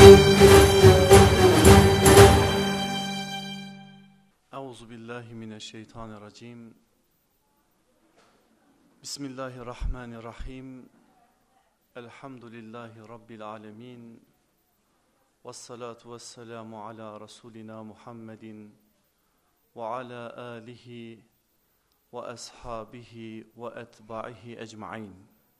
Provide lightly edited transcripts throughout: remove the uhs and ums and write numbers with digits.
Euzubillahimineşşeytanirracim. Bismillahirrahmanirrahim. Elhamdülillahi Rabbil alemin. Vessalatu vesselamu ala Resulina Muhammedin ve ala alihi ve ashabihi ve etba'ihi ecmain.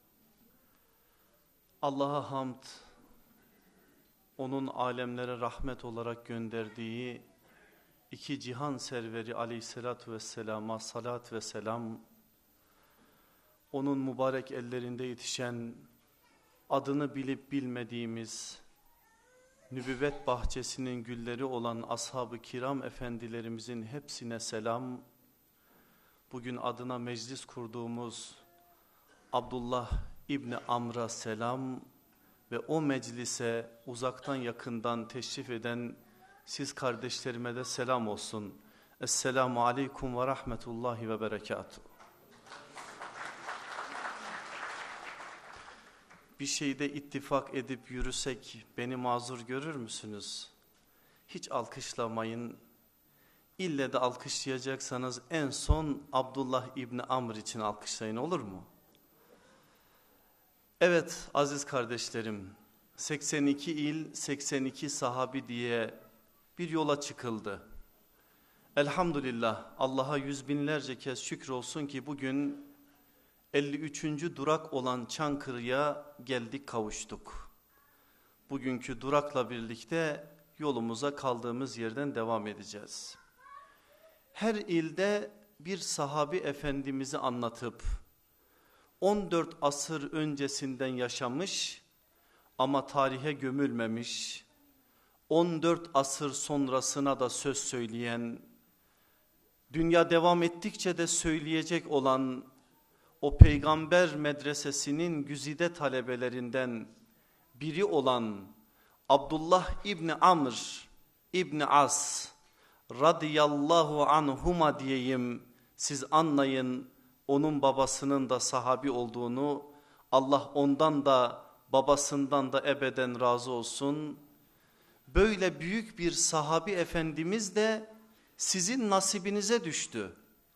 Allah'a hamd, onun alemlere rahmet olarak gönderdiği İki cihan serveri aleyhissalatu vesselama salat ve selam, onun mübarek ellerinde yetişen, adını bilip bilmediğimiz, nübüvvet bahçesinin gülleri olan ashab-ı kiram efendilerimizin hepsine selam. Bugün adına meclis kurduğumuz Abdullah İbni Amr'a selam ve o meclise uzaktan yakından teşrif eden siz kardeşlerime de selam olsun. Esselamu aleyküm ve rahmetullahi ve berekatuhu. Bir şeyde ittifak edip yürüsek beni mazur görür müsünüz? Hiç alkışlamayın. İlle de alkışlayacaksanız en son Abdullah İbni Amr için alkışlayın, olur mu? Evet aziz kardeşlerim, 82 il 82 sahabi diye bir yola çıkıldı. Elhamdülillah, Allah'a yüz binlerce kez şükür olsun ki bugün 53. durak olan Çankırı'ya geldik, kavuştuk. Bugünkü durakla birlikte yolumuza kaldığımız yerden devam edeceğiz. Her ilde bir sahabi efendimizi anlatıp 14 asır öncesinden yaşamış ama tarihe gömülmemiş, 14 asır sonrasına da söz söyleyen, dünya devam ettikçe de söyleyecek olan o peygamber medresesinin güzide talebelerinden biri olan Abdullah İbni Amr İbni As radıyallahu anhuma diyeyim, siz anlayın onun babasının da sahabi olduğunu. Allah ondan da babasından da ebeden razı olsun. Böyle büyük bir sahabi efendimiz de sizin nasibinize düştü.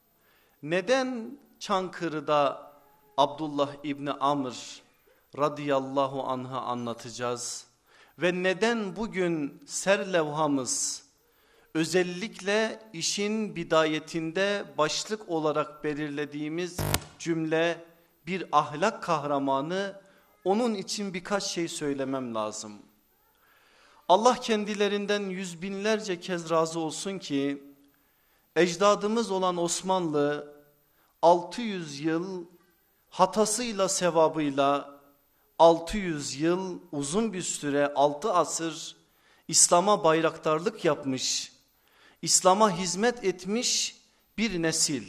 Neden Çankırı'da Abdullah İbni Amr radıyallahu anh'ı anlatacağız? Ve neden bugün serlevhamız özellikle işin bidayetinde başlık olarak belirlediğimiz cümle bir ahlak kahramanı? Onun için birkaç şey söylemem lazım. Allah kendilerinden yüz binlerce kez razı olsun ki ecdadımız olan Osmanlı 600 yıl hatasıyla sevabıyla 600 yıl uzun bir süre 6 asır İslam'a bayraktarlık yapmış, İslam'a hizmet etmiş bir nesil.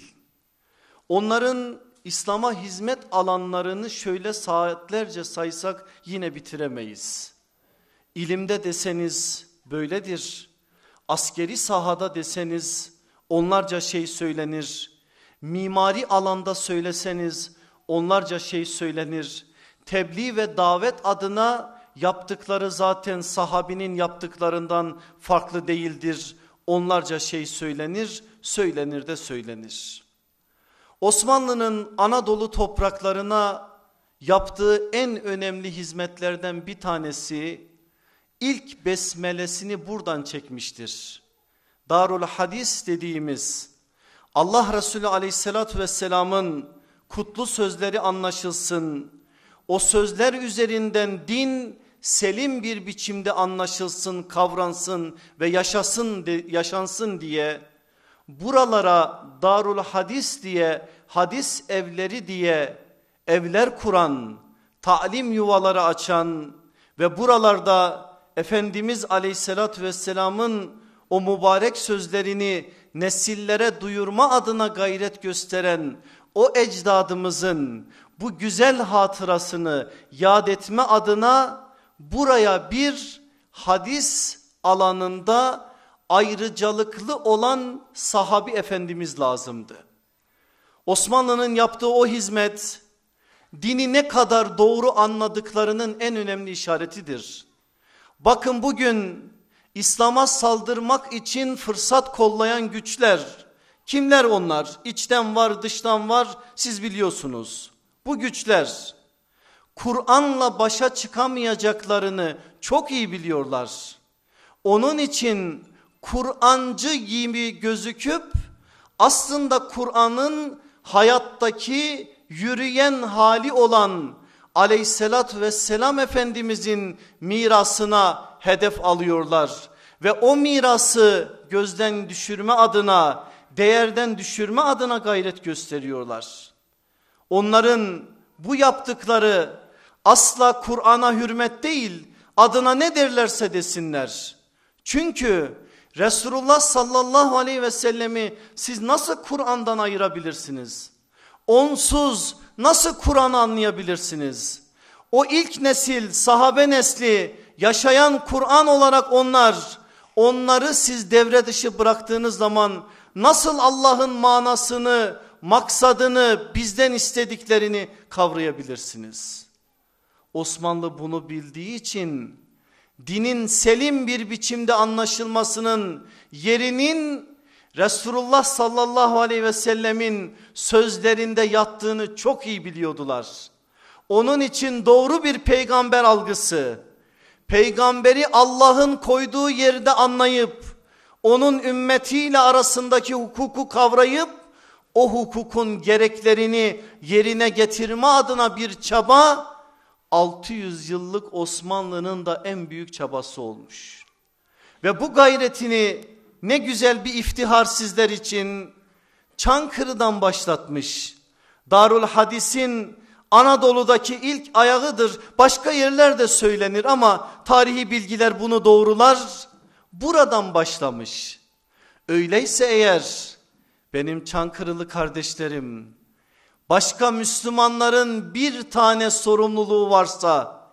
Onların İslam'a hizmet alanlarını şöyle saatlerce saysak yine bitiremeyiz. İlimde deseniz böyledir, askeri sahada deseniz onlarca şey söylenir, mimari alanda söyleseniz onlarca şey söylenir, tebliğ ve davet adına yaptıkları zaten sahabinin yaptıklarından farklı değildir, onlarca şey söylenir, söylenir de söylenir. Osmanlı'nın Anadolu topraklarına yaptığı en önemli hizmetlerden bir tanesi, İlk besmelesini buradan çekmiştir. Darul Hadis dediğimiz Allah Resulü aleyhissalatü vesselamın kutlu sözleri anlaşılsın, o sözler üzerinden din selim bir biçimde anlaşılsın, kavransın ve yaşansın diye buralara Darul Hadis diye, hadis evleri diye evler kuran, talim yuvaları açan ve buralarda Efendimiz Aleyhisselatü Vesselam'ın o mübarek sözlerini nesillere duyurma adına gayret gösteren o ecdadımızın bu güzel hatırasını yad etme adına buraya bir hadis alanında ayrıcalıklı olan sahabi efendimiz lazımdı. Osmanlı'nın yaptığı o hizmet dini ne kadar doğru anladıklarının en önemli işaretidir. Bakın bugün İslam'a saldırmak için fırsat kollayan güçler, kimler onlar? İçten var, dıştan var, siz biliyorsunuz. Bu güçler Kur'an'la başa çıkamayacaklarını çok iyi biliyorlar. Onun için Kur'ancı gibi gözüküp aslında Kur'an'ın hayattaki yürüyen hali olan Aleyhisselatü Vesselam Efendimizin mirasına hedef alıyorlar. Ve o mirası gözden düşürme adına, değerden düşürme adına gayret gösteriyorlar. Onların bu yaptıkları asla Kur'an'a hürmet değil, adına ne derlerse desinler. Çünkü Resulullah sallallahu aleyhi ve sellemi siz nasıl Kur'an'dan ayırabilirsiniz? Onsuz nasıl Kur'an'ı anlayabilirsiniz? O ilk nesil, sahabe nesli, yaşayan Kur'an olarak onları siz devre dışı bıraktığınız zaman nasıl Allah'ın manasını, maksadını, bizden istediklerini kavrayabilirsiniz? Osmanlı bunu bildiği için dinin selim bir biçimde anlaşılmasının yerinin Resulullah sallallahu aleyhi ve sellemin sözlerinde yattığını çok iyi biliyordular. Onun için doğru bir peygamber algısı, peygamberi Allah'ın koyduğu yerde anlayıp, onun ümmetiyle arasındaki hukuku kavrayıp, o hukukun gereklerini yerine getirme adına bir çaba, 600 yıllık Osmanlı'nın da en büyük çabası olmuş. Ve bu gayretini ne güzel bir iftihar sizler için Çankırı'dan başlatmış. Darul Hadis'in Anadolu'daki ilk ayağıdır. Başka yerlerde söylenir ama tarihi bilgiler bunu doğrular. Buradan başlamış. Öyleyse eğer benim Çankırılı kardeşlerim, başka Müslümanların bir tane sorumluluğu varsa,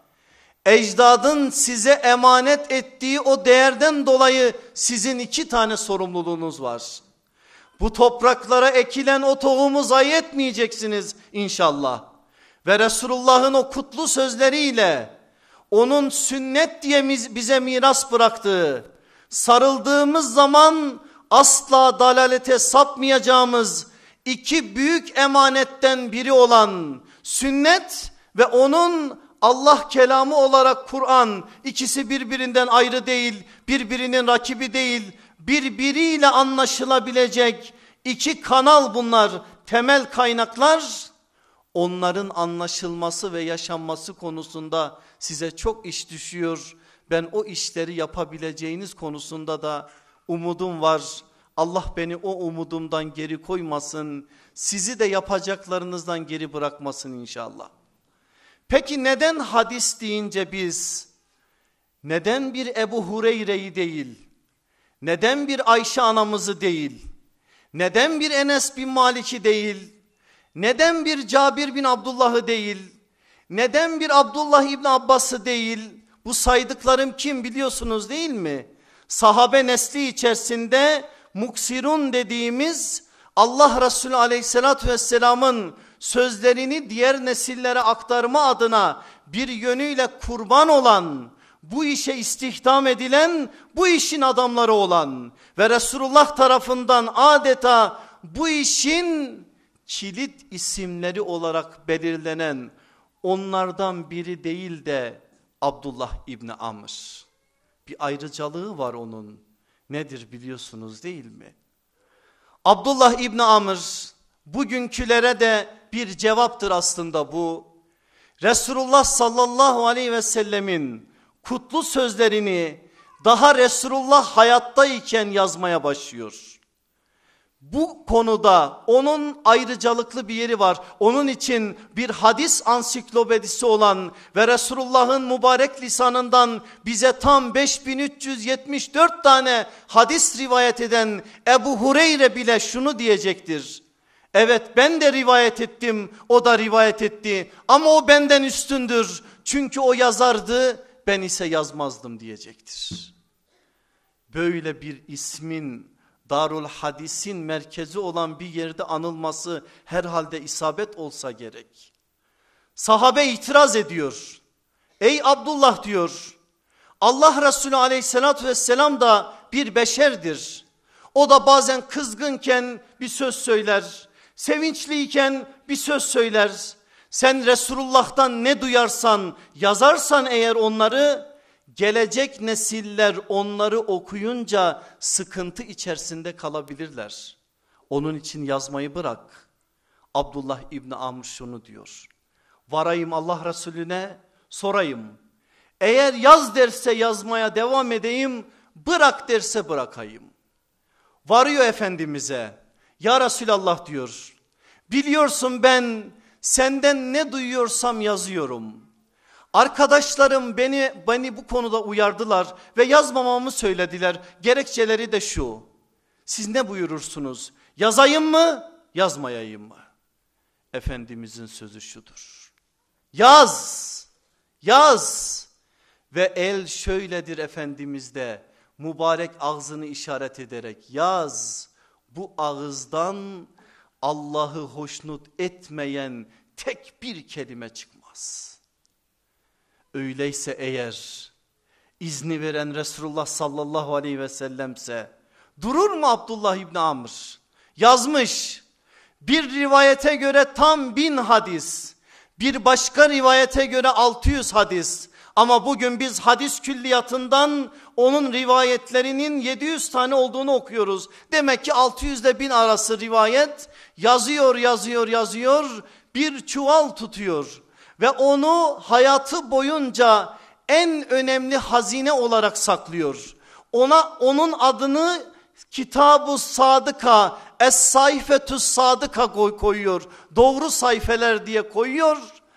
ecdadın size emanet ettiği o değerden dolayı sizin 2 tane sorumluluğunuz var. Bu topraklara ekilen o tohumu zayi etmeyeceksiniz inşallah. Ve Resulullah'ın o kutlu sözleriyle, onun sünnet diye bize miras bıraktığı, sarıldığımız zaman asla dalalete sapmayacağımız 2 büyük emanetten biri olan sünnet ve onun Allah kelamı olarak Kur'an, ikisi birbirinden ayrı değil, birbirinin rakibi değil, birbiriyle anlaşılabilecek 2 kanal bunlar, temel kaynaklar. Onların anlaşılması ve yaşanması konusunda size çok iş düşüyor. Ben o işleri yapabileceğiniz konusunda da umudum var. Allah beni o umudumdan geri koymasın. Sizi de yapacaklarınızdan geri bırakmasın inşallah. Peki neden hadis deyince biz, neden bir Ebu Hureyre'yi değil, neden bir Ayşe anamızı değil, neden bir Enes bin Malik'i değil, neden bir Cabir bin Abdullah'ı değil, neden bir Abdullah İbni Abbas'ı değil, bu saydıklarım kim biliyorsunuz değil mi? Sahabe nesli içerisinde muksirun dediğimiz Allah Resulü aleyhissalatü vesselamın sözlerini diğer nesillere aktarma adına bir yönüyle kurban olan, bu işe istihdam edilen, bu işin adamları olan ve Resulullah tarafından adeta bu işin kilit isimleri olarak belirlenen onlardan biri değil de Abdullah İbni Amr. Bir ayrıcalığı var onun. Nedir biliyorsunuz değil mi? Abdullah İbni Amr bugünkülere de bir cevaptır aslında bu. Resulullah sallallahu aleyhi ve sellemin kutlu sözlerini daha Resulullah hayattayken yazmaya başlıyor. Bu konuda onun ayrıcalıklı bir yeri var. Onun için bir hadis ansiklopedisi olan ve Resulullah'ın mübarek lisanından bize tam 5374 tane hadis rivayet eden Ebu Hureyre bile şunu diyecektir. Evet, ben de rivayet ettim, o da rivayet etti ama o benden üstündür. Çünkü o yazardı, ben ise yazmazdım diyecektir. Böyle bir ismin Darul Hadis'in merkezi olan bir yerde anılması herhalde isabet olsa gerek. Sahabe itiraz ediyor. Ey Abdullah diyor, Allah Resulü aleyhissalatü vesselam da bir beşerdir. O da bazen kızgınken bir söz söyler, sevinçliyken bir söz söyler. Sen Resulullah'tan ne duyarsan, yazarsan eğer onları, gelecek nesiller onları okuyunca sıkıntı içerisinde kalabilirler. Onun için yazmayı bırak. Abdullah İbni Amr şunu diyor: varayım Allah Resulüne sorayım. Eğer yaz derse yazmaya devam edeyim, bırak derse bırakayım. Varıyor Efendimiz'e, ya Resulallah diyor, biliyorsun ben senden ne duyuyorsam yazıyorum. Arkadaşlarım beni bu konuda uyardılar ve yazmamamı söylediler. Gerekçeleri de şu: siz ne buyurursunuz? Yazayım mı, yazmayayım mı? Efendimizin sözü şudur: yaz, yaz. Ve el şöyledir Efendimiz'de, mübarek ağzını işaret ederek, yaz. Bu ağızdan Allah'ı hoşnut etmeyen tek bir kelime çıkmaz. Öyleyse eğer izni veren Resulullah sallallahu aleyhi ve sellemse durur mu Abdullah İbni Amr? Yazmış. Bir rivayete göre tam 1000 hadis, bir başka rivayete göre 600 hadis. Ama bugün biz hadis külliyatından onun rivayetlerinin 700 tane olduğunu okuyoruz. Demek ki 600 ile 1000 arası rivayet yazıyor, bir çuval tutuyor. Ve onu hayatı boyunca en önemli hazine olarak saklıyor. Onun adını Kitab-ı Sadıka, Es-Sayfetü Sadıka koyuyor. Doğru sayfeler diye koyuyor.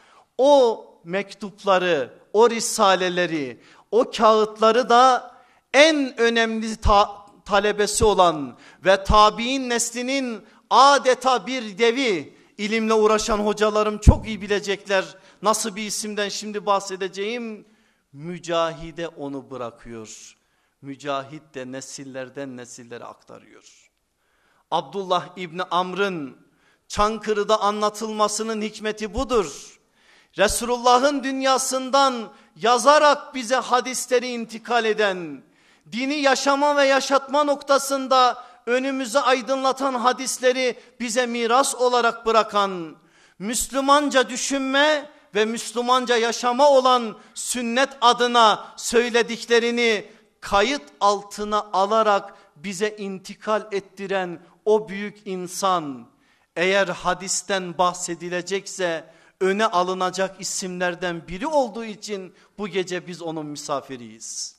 O mektupları, o risaleleri, o kağıtları da en önemli talebesi olan ve tabi'in neslinin adeta bir devi, ilimle uğraşan hocalarım çok iyi bilecekler nasıl bir isimden şimdi bahsedeceğim. Mücahide onu bırakıyor. Mücahit de nesillerden nesillere aktarıyor. Abdullah İbni Amr'ın Çankırı'da anlatılmasının hikmeti budur. Resulullah'ın dünyasından yazarak bize hadisleri intikal eden, dini yaşama ve yaşatma noktasında önümüzü aydınlatan hadisleri bize miras olarak bırakan, Müslümanca düşünme ve Müslümanca yaşama olan sünnet adına söylediklerini kayıt altına alarak bize intikal ettiren o büyük insan, eğer hadisten bahsedilecekse öne alınacak isimlerden biri olduğu için bu gece biz onun misafiriyiz.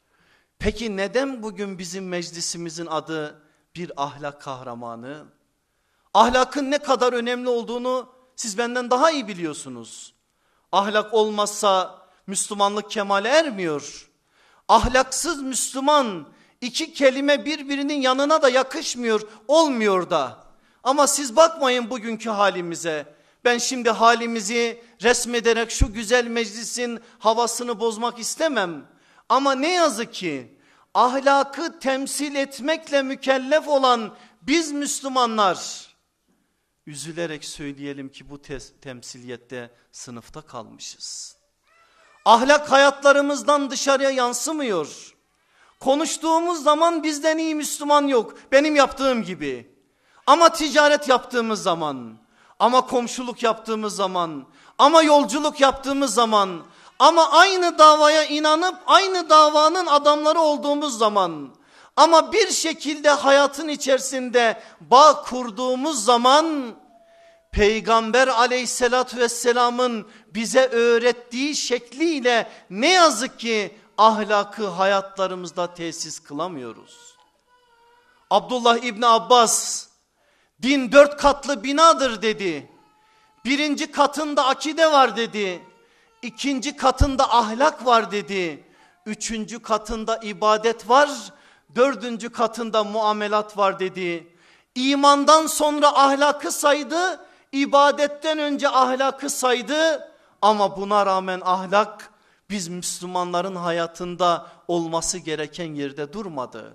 Peki neden bugün bizim meclisimizin adı bir ahlak kahramanı? Ahlakın ne kadar önemli olduğunu siz benden daha iyi biliyorsunuz. Ahlak olmazsa Müslümanlık kemale ermiyor. Ahlaksız Müslüman, iki kelime birbirinin yanına da yakışmıyor, olmuyor da. Ama siz bakmayın bugünkü halimize. Ben şimdi halimizi resmederek şu güzel meclisin havasını bozmak istemem. Ama ne yazık ki ahlakı temsil etmekle mükellef olan biz Müslümanlar, üzülerek söyleyelim ki bu temsiliyette sınıfta kalmışız. Ahlak hayatlarımızdan dışarıya yansımıyor. Konuştuğumuz zaman bizden iyi Müslüman yok, benim yaptığım gibi. Ama ticaret yaptığımız zaman, ama komşuluk yaptığımız zaman, ama yolculuk yaptığımız zaman, ama aynı davaya inanıp aynı davanın adamları olduğumuz zaman, ama bir şekilde hayatın içerisinde bağ kurduğumuz zaman, Peygamber aleyhissalatü vesselamın bize öğrettiği şekliyle ne yazık ki ahlakı hayatlarımızda tesis kılamıyoruz. Abdullah İbni Abbas, din 4 katlı binadır dedi. Birinci katında akide var dedi. İkinci katında ahlak var dedi. Üçüncü katında ibadet var. Dördüncü katında muamelat var dedi. İmandan sonra ahlakı saydı. İbadetten önce ahlakı saydı. Ama buna rağmen ahlak biz Müslümanların hayatında olması gereken yerde durmadı.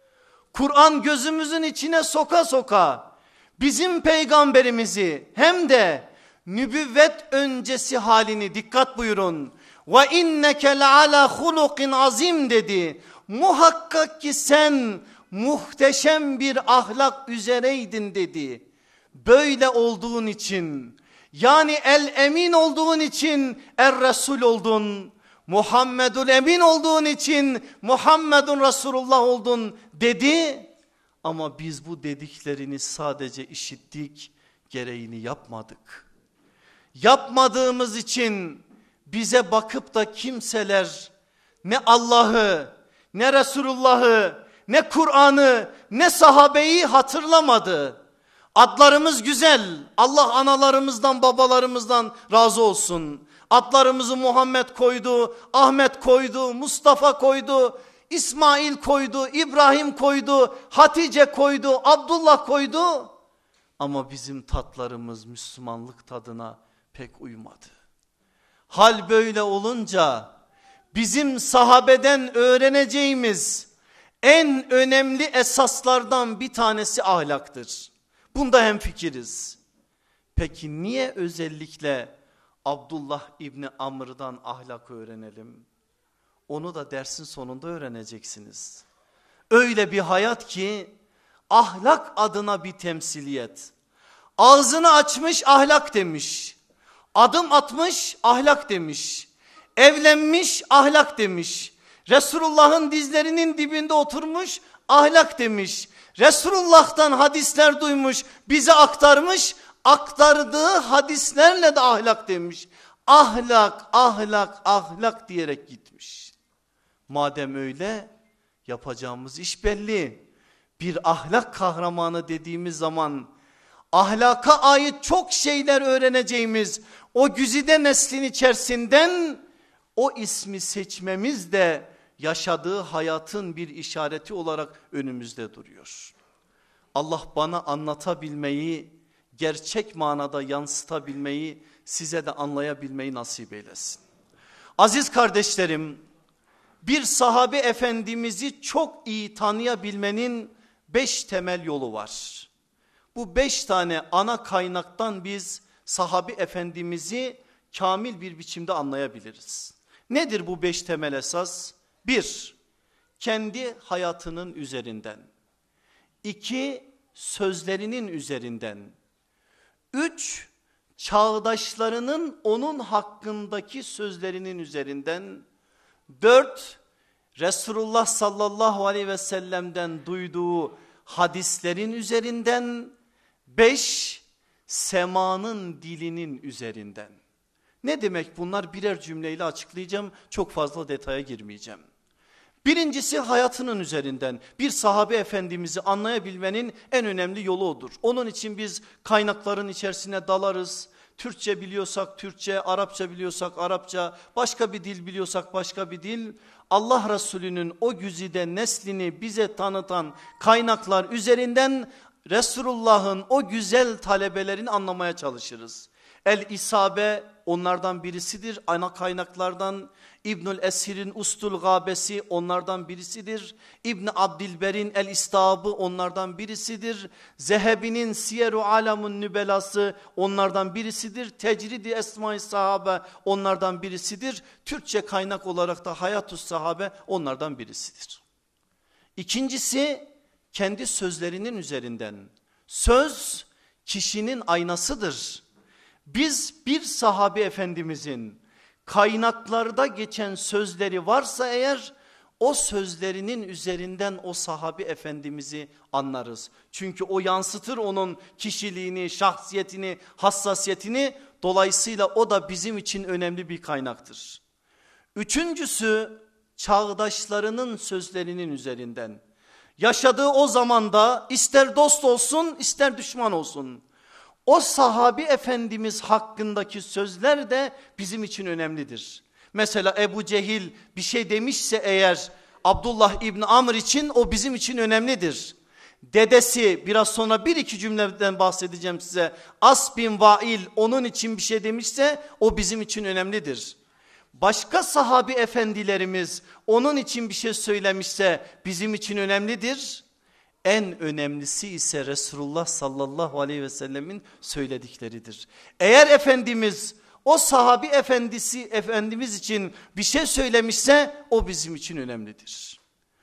Kur'an gözümüzün içine soka soka bizim peygamberimizi hem de nübüvvet öncesi halini, dikkat buyurun, Ve inneke leala hulukin azim dedi. Muhakkak ki sen muhteşem bir ahlak üzereydin dedi. Böyle olduğun için, yani el emin olduğun için er Resul oldun. Muhammedul Emin olduğun için Muhammedun Resulullah oldun dedi. Ama biz bu dediklerini sadece işittik, gereğini yapmadık. Yapmadığımız için bize bakıp da kimseler ne Allah'ı, ne Resulullah'ı, ne Kur'an'ı, ne sahabeyi hatırlamadı. Adlarımız güzel. Allah analarımızdan, babalarımızdan razı olsun. Adlarımızı Muhammed koydu, Ahmet koydu, Mustafa koydu, İsmail koydu, İbrahim koydu, Hatice koydu, Abdullah koydu. Ama bizim tatlarımız Müslümanlık tadına pek uymadı. Hal böyle olunca bizim sahabeden öğreneceğimiz en önemli esaslardan bir tanesi ahlaktır. Bunda hemfikiriz. Peki niye özellikle Abdullah İbni Amr'dan ahlak öğrenelim? Onu da dersin sonunda öğreneceksiniz. Öyle bir hayat ki ahlak adına bir temsiliyet. Ağzını açmış ahlak demiş. Adım atmış ahlak demiş. Evlenmiş ahlak demiş. Resulullah'ın dizlerinin dibinde oturmuş ahlak demiş. Resulullah'tan hadisler duymuş, bize aktarmış, aktardığı hadislerle de ahlak demiş. Ahlak, ahlak, ahlak diyerek gitmiş. Madem öyle, yapacağımız iş belli. Bir ahlak kahramanı dediğimiz zaman ahlaka ait çok şeyler öğreneceğimiz o güzide neslin içerisinden o ismi seçmemiz de yaşadığı hayatın bir işareti olarak önümüzde duruyor. Allah bana anlatabilmeyi, gerçek manada yansıtabilmeyi, size de anlayabilmeyi nasip eylesin. Aziz kardeşlerim, bir sahabe efendimizi çok iyi tanıyabilmenin 5 temel yolu var. Bu 5 tane ana kaynaktan biz sahabe efendimizi kamil bir biçimde anlayabiliriz. Nedir bu 5 temel esas? 1. Kendi hayatının üzerinden. 2. Sözlerinin üzerinden. 3. Çağdaşlarının onun hakkındaki sözlerinin üzerinden. 4. Resulullah sallallahu aleyhi ve sellem'den duyduğu hadislerin üzerinden. 5. Semanın dilinin üzerinden. Ne demek bunlar? Birer cümleyle açıklayacağım. Çok fazla detaya girmeyeceğim. Birincisi hayatının üzerinden. Bir sahabe efendimizi anlayabilmenin en önemli yolu odur. Onun için biz kaynakların içerisine dalarız. Türkçe biliyorsak Türkçe, Arapça biliyorsak Arapça, başka bir dil biliyorsak başka bir dil. Allah Resulü'nün o güzide neslini bize tanıtan kaynaklar üzerinden Resulullah'ın o güzel talebelerini anlamaya çalışırız. El-İsabe onlardan birisidir. Ana kaynaklardan İbnül Esir'in Ustul Gabesi onlardan birisidir. İbn Abdilber'in El-İstabı onlardan birisidir. Zehebi'nin Siyer-u Alamun Nübelası onlardan birisidir. Tecridi Esma-i Sahabe onlardan birisidir. Türkçe kaynak olarak da Hayatus Sahabe onlardan birisidir. İkincisi kendi sözlerinin üzerinden. Söz kişinin aynasıdır. Biz bir sahabe efendimizin kaynaklarda geçen sözleri varsa eğer o sözlerinin üzerinden o sahabe efendimizi anlarız. Çünkü o yansıtır onun kişiliğini, şahsiyetini, hassasiyetini. Dolayısıyla o da bizim için önemli bir kaynaktır. Üçüncüsü çağdaşlarının sözlerinin üzerinden. Yaşadığı o zamanda ister dost olsun ister düşman olsun. O sahabi efendimiz hakkındaki sözler de bizim için önemlidir. Mesela Ebu Cehil bir şey demişse eğer Abdullah İbni Amr için o bizim için önemlidir. Dedesi biraz sonra bir iki cümleden bahsedeceğim size. As bin Vail onun için bir şey demişse o bizim için önemlidir. Başka sahabi efendilerimiz onun için bir şey söylemişse bizim için önemlidir. En önemlisi ise Resulullah sallallahu aleyhi ve sellemin söyledikleridir. Eğer Efendimiz o sahabi efendimiz için bir şey söylemişse o bizim için önemlidir.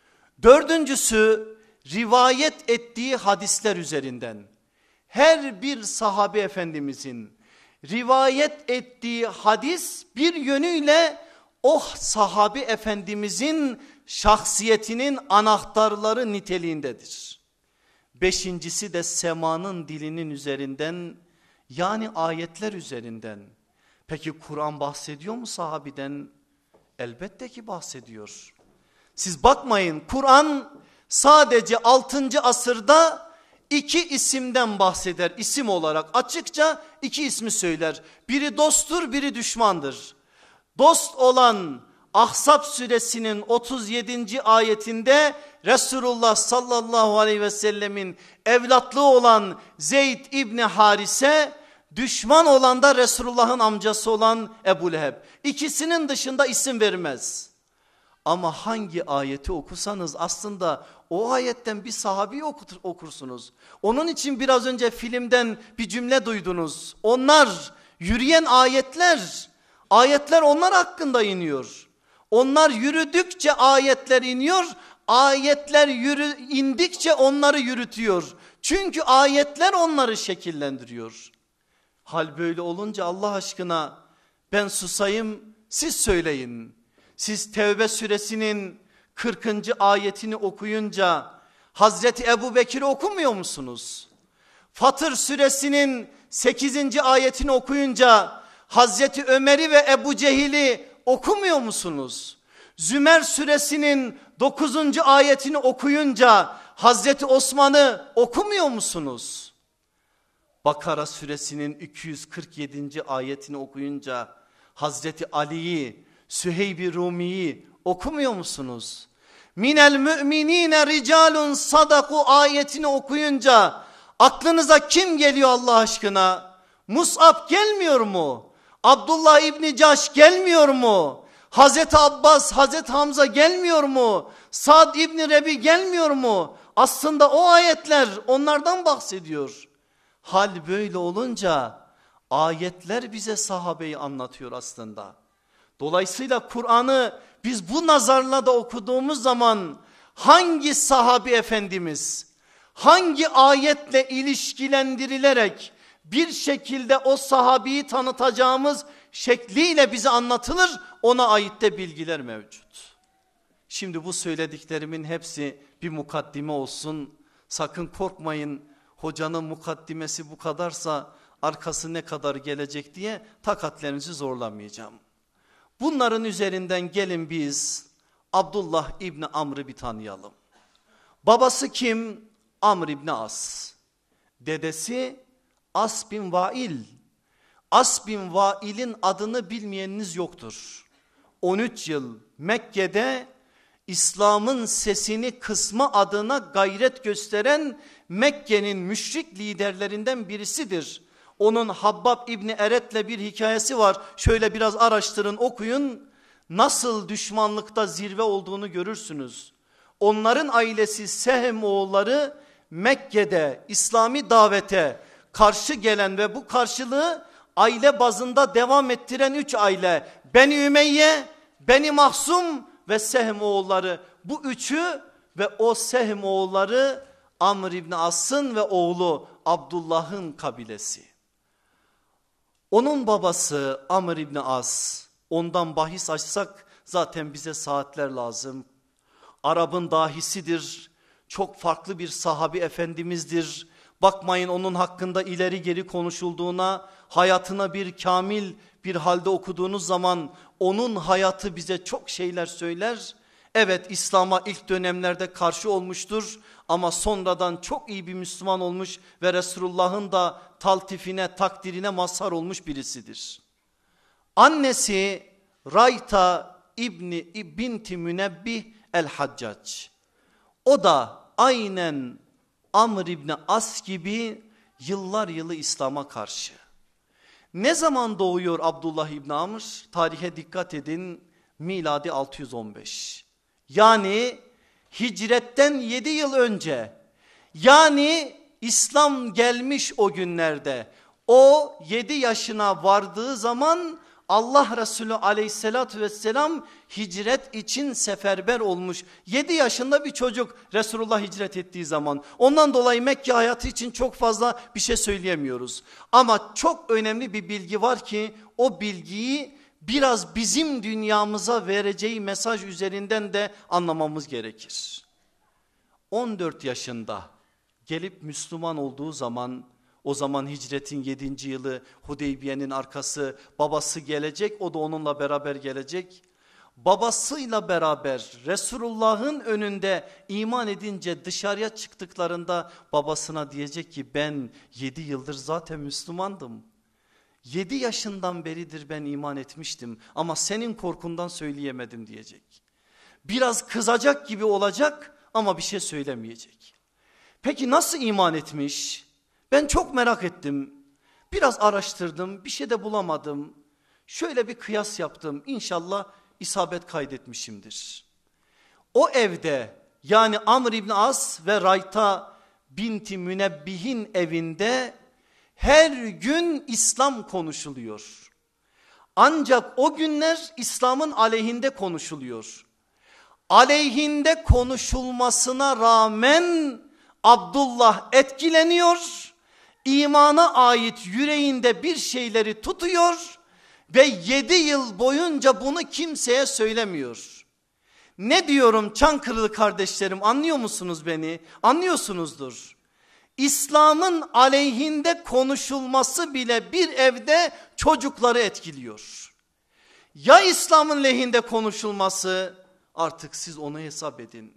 Dördüncüsü, rivayet ettiği hadisler üzerinden. Her bir sahabi efendimizin rivayet ettiği hadis bir yönüyle o sahabi efendimizin şahsiyetinin anahtarları niteliğindedir. Beşincisi de semanın dilinin üzerinden, yani ayetler üzerinden. Peki Kur'an bahsediyor mu sahabiden? Elbette ki bahsediyor. Siz bakmayın, Kur'an sadece 6. asırda 2 isimden bahseder. İsim olarak açıkça 2 ismi söyler. Biri dosttur, biri düşmandır. Dost olan Ahzab suresinin 37. ayetinde Resulullah sallallahu aleyhi ve sellemin evlatlığı olan Zeyd İbni Harise, düşman olan da Resulullah'ın amcası olan Ebu Leheb. İkisinin dışında isim vermez. Ama hangi ayeti okusanız aslında o ayetten bir sahabi okursunuz. Onun için biraz önce filmden bir cümle duydunuz. Onlar yürüyen ayetler, ayetler onlar hakkında iniyor. Onlar yürüdükçe ayetler iniyor, ayetler indikçe onları yürütüyor. Çünkü ayetler onları şekillendiriyor. Hal böyle olunca Allah aşkına ben susayım, siz söyleyin. Siz Tevbe suresinin 40. ayetini okuyunca Hazreti Ebu Bekir'i okumuyor musunuz? Fatır suresinin 8. ayetini okuyunca Hazreti Ömer'i ve Ebu Cehil'i okumuyor musunuz? Zümer suresinin 9. ayetini okuyunca Hazreti Osman'ı okumuyor musunuz? Bakara suresinin 247. ayetini okuyunca Hazreti Ali'yi, Süheyb-i Rumi'yi okumuyor musunuz? Minel müminine ricalun sadaku ayetini okuyunca aklınıza kim geliyor Allah aşkına? Mus'ab gelmiyor mu? Abdullah İbni Caş gelmiyor mu? Hazreti Abbas, Hazreti Hamza gelmiyor mu? Sad İbni Rebi gelmiyor mu? Aslında o ayetler onlardan bahsediyor. Hal böyle olunca ayetler bize sahabeyi anlatıyor aslında. Dolayısıyla Kur'an'ı biz bu nazarla da okuduğumuz zaman hangi sahabi efendimiz hangi ayetle ilişkilendirilerek bir şekilde o sahabiyi tanıtacağımız şekliyle bize anlatılır, ona ait de bilgiler mevcut. Şimdi bu söylediklerimin hepsi bir mukaddime olsun. Sakın korkmayın, hocanın mukaddimesi bu kadarsa arkası ne kadar gelecek diye takatlerinizi zorlamayacağım. Bunların üzerinden gelin biz Abdullah İbni Amr'ı bir tanıyalım. Babası kim? Amr İbni As. Dedesi As bin Vail. As bin Vail'in adını bilmeyeniniz yoktur. 13 yıl Mekke'de İslam'ın sesini kısma adına gayret gösteren Mekke'nin müşrik liderlerinden birisidir. Onun Habbab İbni Eret'le bir hikayesi var. Şöyle biraz araştırın, okuyun. Nasıl düşmanlıkta zirve olduğunu görürsünüz. Onların ailesi Sehem oğulları Mekke'de İslami davete karşı gelen ve bu karşılığı aile bazında devam ettiren 3 aile. Beni Ümeyye, Beni Mahsum ve Sehem oğulları. Bu üçü ve o Sehem oğulları Amr İbni As'ın ve oğlu Abdullah'ın kabilesi. Onun babası Amr İbni As, ondan bahis açsak zaten bize saatler lazım. Arap'ın dahisidir, çok farklı bir sahabi efendimizdir. Bakmayın onun hakkında ileri geri konuşulduğuna, hayatına bir kamil bir halde okuduğunuz zaman onun hayatı bize çok şeyler söyler. Evet, İslam'a ilk dönemlerde karşı olmuştur ama sonradan çok iyi bir Müslüman olmuş ve Resulullah'ın da taltifine, takdirine mazhar olmuş birisidir. Annesi Rayta binti Münebbih el-Haccac. O da aynen Amr İbni As gibi yıllar yılı İslam'a karşı. Ne zaman doğuyor Abdullah İbni Amr? Tarihe dikkat edin, miladi 615. Yani hicretten 7 yıl önce, yani İslam gelmiş o günlerde O 7 yaşına vardığı zaman Allah Resulü aleyhissalatü vesselam hicret için seferber olmuş. 7 yaşında bir çocuk Resulullah hicret ettiği zaman. Ondan dolayı Mekke hayatı için çok fazla bir şey söyleyemiyoruz. Ama çok önemli bir bilgi var ki o bilgiyi biraz bizim dünyamıza vereceği mesaj üzerinden de anlamamız gerekir. 14 yaşında gelip Müslüman olduğu zaman, o zaman hicretin 7. yılı, Hudeybiye'nin arkası, babası gelecek, o da onunla beraber gelecek. Babasıyla beraber Resulullah'ın önünde iman edince dışarıya çıktıklarında babasına diyecek ki ben 7 yıldır zaten Müslümandım. 7 yaşından beridir ben iman etmiştim ama senin korkundan söyleyemedim diyecek. Biraz kızacak gibi olacak ama bir şey söylemeyecek. Peki nasıl iman etmiş? Ben çok merak ettim. Biraz araştırdım, bir şey de bulamadım. Şöyle bir kıyas yaptım. İnşallah isabet kaydetmişimdir. O evde, yani Amr İbni As ve Rayta binti Münebbih'in evinde her gün İslam konuşuluyor. Ancak o günler İslam'ın aleyhinde konuşuluyor. Aleyhinde konuşulmasına rağmen Abdullah etkileniyor. İmana ait yüreğinde bir şeyleri tutuyor ve 7 yıl boyunca bunu kimseye söylemiyor. Ne diyorum Çankırılı kardeşlerim, anlıyor musunuz beni? Anlıyorsunuzdur. İslam'ın aleyhinde konuşulması bile bir evde çocukları etkiliyor. Ya İslam'ın lehinde konuşulması, artık siz onu hesap edin.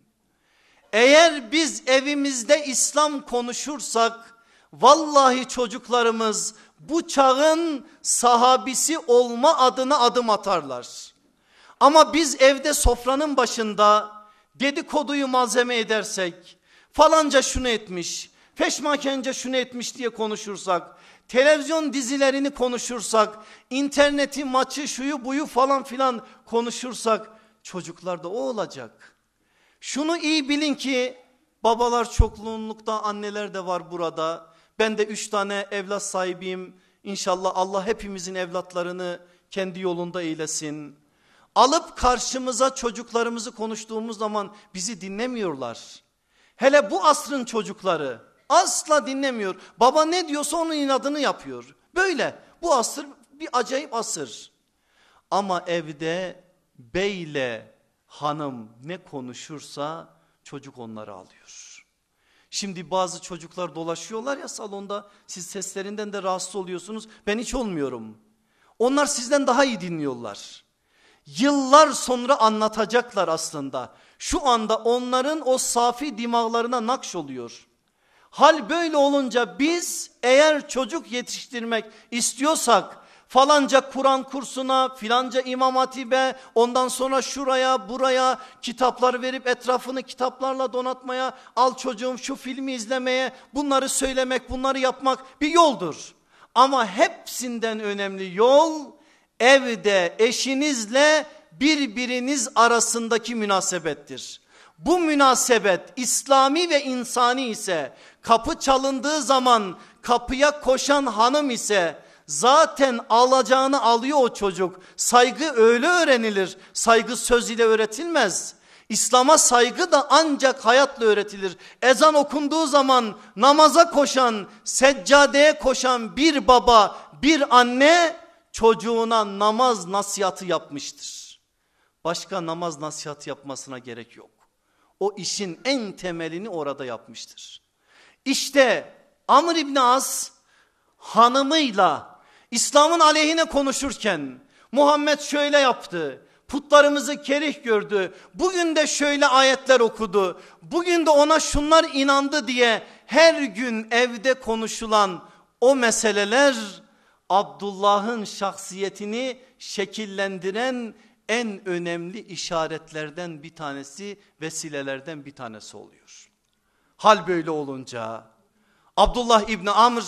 Eğer biz evimizde İslam konuşursak vallahi çocuklarımız bu çağın sahabisi olma adına adım atarlar. Ama biz evde sofranın başında dedikoduyu malzeme edersek, falanca şunu etmiş, feşmakence şunu etmiş diye konuşursak, televizyon dizilerini konuşursak, interneti, maçı, şuyu buyu falan filan konuşursak çocuklarda o olacak. Şunu iyi bilin ki babalar çokluğunlukta, anneler de var burada. Ben de 3 tane evlat sahibiyim. İnşallah Allah hepimizin evlatlarını kendi yolunda eylesin. Alıp karşımıza çocuklarımızı konuştuğumuz zaman bizi dinlemiyorlar. Hele bu asrın çocukları asla dinlemiyor. Baba ne diyorsa onun inadını yapıyor. Böyle bu asır bir acayip asır. Ama evde beyle hanım ne konuşursa çocuk onları alıyor. Şimdi bazı çocuklar dolaşıyorlar ya salonda, siz seslerinden de rahatsız oluyorsunuz. Ben hiç olmuyorum. Onlar sizden daha iyi dinliyorlar. Yıllar sonra anlatacaklar aslında. Şu anda onların o safi dimağlarına nakş oluyor. Hal böyle olunca biz eğer çocuk yetiştirmek istiyorsak falanca Kur'an kursuna, filanca İmam Hatip'e, ondan sonra şuraya buraya kitaplar verip etrafını kitaplarla donatmaya, al çocuğum şu filmi izlemeye, bunları söylemek, bunları yapmak bir yoldur. Ama hepsinden önemli yol evde eşinizle birbiriniz arasındaki münasebettir. Bu münasebet İslami ve insani ise, kapı çalındığı zaman kapıya koşan hanım ise zaten alacağını alıyor o çocuk. Saygı öyle öğrenilir. Saygı söz ile öğretilmez. İslam'a saygı da ancak hayatla öğretilir. Ezan okunduğu zaman namaza koşan, seccadeye koşan bir baba, bir anne çocuğuna namaz nasihatı yapmıştır. Başka namaz nasihatı yapmasına gerek yok. O işin en temelini orada yapmıştır. İşte Amr İbni As hanımıyla İslam'ın aleyhine konuşurken Muhammed şöyle yaptı, putlarımızı kerih gördü, bugün de şöyle ayetler okudu, bugün de ona şunlar inandı diye her gün evde konuşulan o meseleler Abdullah'ın şahsiyetini şekillendiren en önemli işaretlerden bir tanesi, vesilelerden bir tanesi oluyor. Hal böyle olunca Abdullah İbni Amr